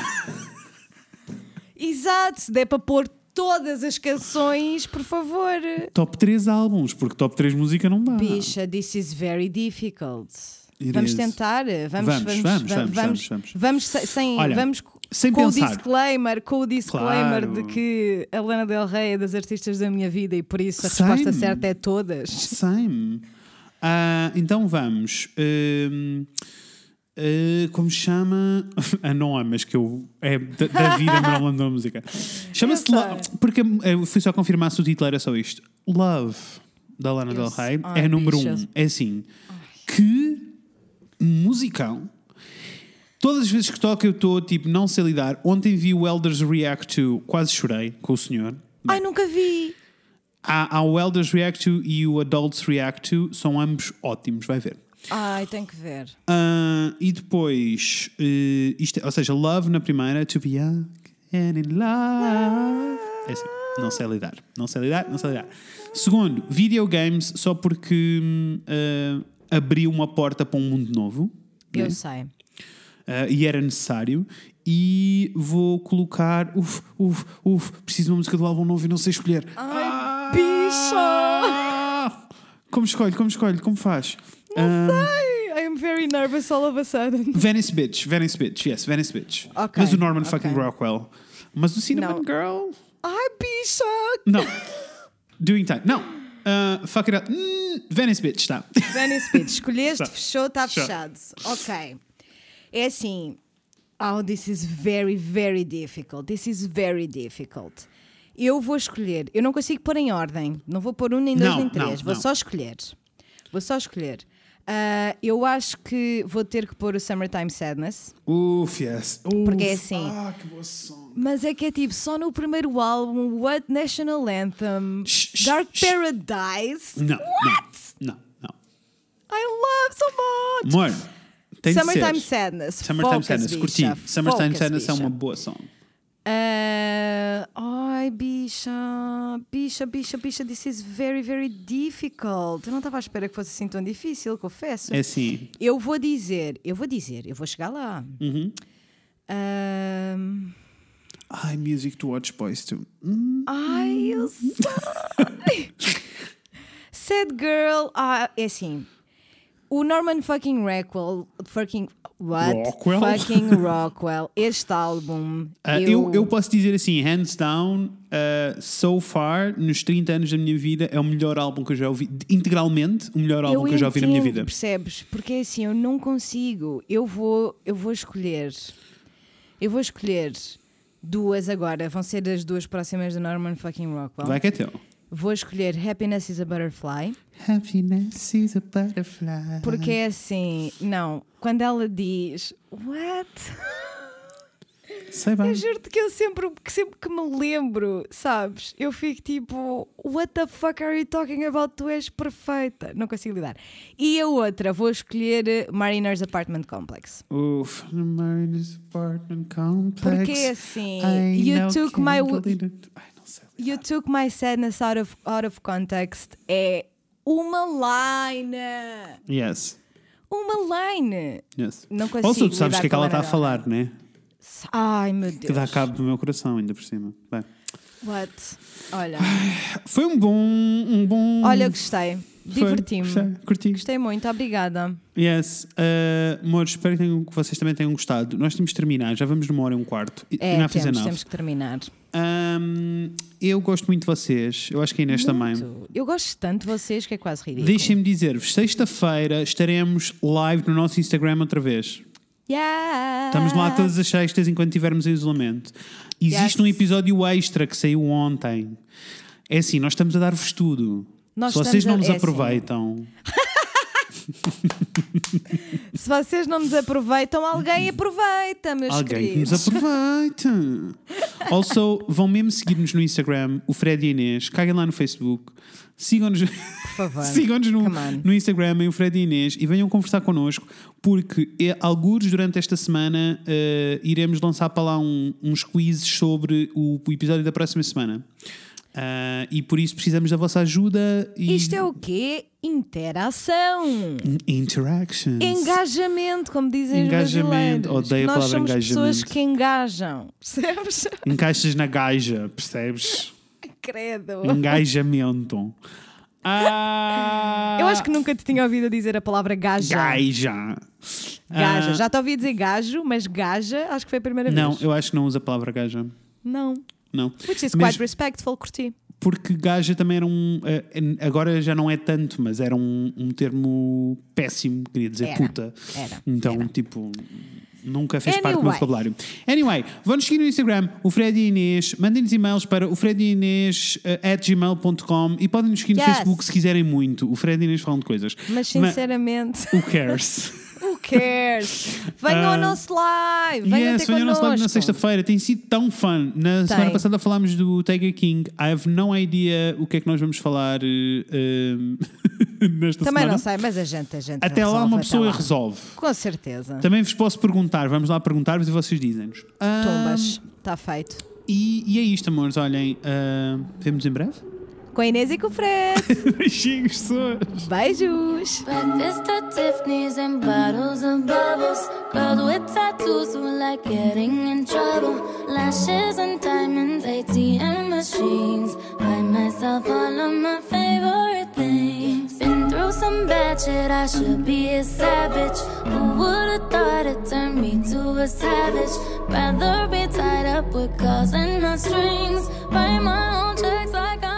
Exato, se der para pôr todas as canções, por favor. Top 3 álbuns, porque top 3 música não dá. Bicha, this is very difficult. It Vamos is. tentar. Vamos sem. Olha, vamos sem com pensar. Com o disclaimer Claro. de que a Lana Del Rey é das artistas da minha vida e por isso a resposta certa é todas. Same. Então vamos. Como se chama? Não há, mas que eu. É da vida falando da música. Chama-se Eu Love. sei. Porque eu fui só confirmar se o título era só isto. Love, da Lana Del Rey, Ai, é número bichas. 1. É assim. Que musicão. Todas as vezes que toco eu estou tipo, não sei lidar. Ontem vi o Elders React to, quase chorei com o senhor. Ai, nunca vi. Há o Elders React to e o Adults React to, são ambos ótimos, vai ver. Ai, tenho que ver. E depois, ou seja, Love na primeira, To Be Young and in Love. É assim, não sei lidar. Segundo, videogames, só porque abriu uma porta para um mundo novo. Eu né? sei. E era necessário. E vou colocar. Preciso de uma música do álbum novo e não sei escolher. Ai, bicha! Como escolhe? Como faz? I am very nervous all of a sudden. Venice Beach, yes, Venice Beach. Ok, Mas o Norman ok. fucking Rockwell. Mas o Cinnamon Não. Girl? Ai, bicha! Não. Doing Time. Não. Fuck it up. Venice Beach, está. Venice Beach, escolheste, Tá. fechou, está Fechado. fechado. Ok. É assim. Oh, this is very, very difficult. Eu vou escolher. Eu não consigo pôr em ordem. Não vou pôr um, nem dois, Não, nem três. não, Vou não. só escolher. Eu acho que vou ter que pôr o Summertime Sadness. Yes. Porque é assim. Que boa som. Mas é que é tipo, só no primeiro álbum, What National Anthem, Shh, Dark shh. Paradise. Não. I love so much. Amor, tem de Summertime ser. Sadness. Summertime Focus, Sadness, curti. bicha. Summertime Focus, Sadness é bicha. uma boa som. Ai, bicha, this is very, very difficult. Eu não estava à espera que fosse assim tão difícil, confesso. É assim. Eu vou chegar lá. Uhum. Ahm, Music to Watch Boys too. Ai, eu sei. Sad Girl. É assim. O Norman fucking Rockwell. Rockwell. Este álbum. Eu posso dizer assim, hands down, so far, nos 30 anos da minha vida, é o melhor álbum que eu já ouvi. Integralmente, o melhor álbum que eu já ouvi na minha vida. Percebes? Porque é assim, eu não consigo. Eu vou escolher. Duas agora. Vão ser as duas próximas do Norman fucking Rockwell. Vai que é teu. Vou escolher Happiness is a Butterfly. Happiness is a butterfly. Porque é assim, não, quando ela diz what? Sei bem. Eu juro-te que eu sempre que me lembro, sabes? Eu fico tipo, what the fuck are you talking about? Tu és perfeita. Não consigo lidar. E a outra, vou escolher Mariner's Apartment Complex. Mariner's Apartment Complex. Porque é assim, I you know took can't my believe it. Ai, não sei. You took my sadness out of context. É uma line. Yes. Uma line. Yes. Não consigo. Also, tu sabes o lidar que é que com ela está a Lana Del falar, né? Ai, meu Deus. Que dá cabo do meu coração, ainda por cima. Bem. What? Olha. Foi um bom. Olha, gostei. Foi, Diverti-me. Curti. Gostei muito, obrigada. Yes. Amores, espero que vocês também tenham gostado. Nós temos de terminar, já vamos 1h15. Temos que terminar. Eu gosto muito de vocês. Eu acho que a Inês também. Eu gosto tanto de vocês que é quase ridículo. Deixem-me dizer-vos, sexta-feira estaremos live no nosso Instagram outra vez. Yeah. Estamos lá todas as sextas enquanto estivermos em isolamento. Existe um episódio extra que saiu ontem. É assim, nós estamos a dar-vos tudo. Nós Se vocês não nos assim. aproveitam... Se vocês não nos aproveitam, alguém aproveita, meus Alguém que queridos. nos aproveita. Also, vão mesmo seguir-nos no Instagram, o Fred e a Inês. Caguem lá no Facebook. Sigam-nos, Por favor. sigam-nos Come on. no Instagram, o Fred e a Inês, e venham conversar connosco, porque algures durante esta semana iremos lançar para lá uns quizzes sobre o episódio da próxima semana. E por isso precisamos da vossa ajuda. E... Isto é o quê? Interação. Interactions. Engajamento, como dizem Engajamento. os brasileiros. Odeio a Nós palavra somos engajamento. pessoas que engajam. Percebes? Encaixas na gaja, percebes? Credo. Engajamento. Eu acho que nunca te tinha ouvido dizer a palavra gaja. Gaja. Gaja. Já te ouvi dizer gajo, mas gaja acho que foi a primeira Não, vez. eu acho que não usa a palavra gaja. Não. Não. Which is Mas- quite respectful, curti. Porque gaja também era agora já não é tanto, mas era um termo péssimo, queria dizer Era. puta. Era. Então, Era. tipo, nunca fez parte do meu Anyway. vocabulário. Anyway, vão-nos seguir no Instagram, o Fred e a Inês. Mandem-nos e-mails para o frediinês@gmail.com e podem nos seguir no Yes. Facebook se quiserem muito. O Fred e a Inês falam de coisas. Mas sinceramente, Who cares? who cares? Venham ao nosso live. Venham ter venham ao nosso live na connosco. sexta-feira. Tem sido tão fun. Na semana passada falámos do Tiger King. I have no idea o que é que nós vamos falar nesta Também semana. não sei, mas a gente Até lá resolve, uma até pessoa lá. resolve. Com certeza. Também vos posso perguntar. Vamos lá perguntar-vos e vocês dizem-nos. Tumbas. Está feito. E é isto, amores. Olhem, vemos em breve. Com a Inês e com o Fred. Beijinhos, pessoas. Beijos. Breakfast at Tiffany's and bottles of bubbles. Girls with tattoos who like getting in trouble. Lashes and diamonds, ATM machines. Buy myself all of my favorite things. Been through some bad shit, I should be a savage. Who would've thought it turned me to a savage? Rather be tied up with calls and not strings. Write my own checks like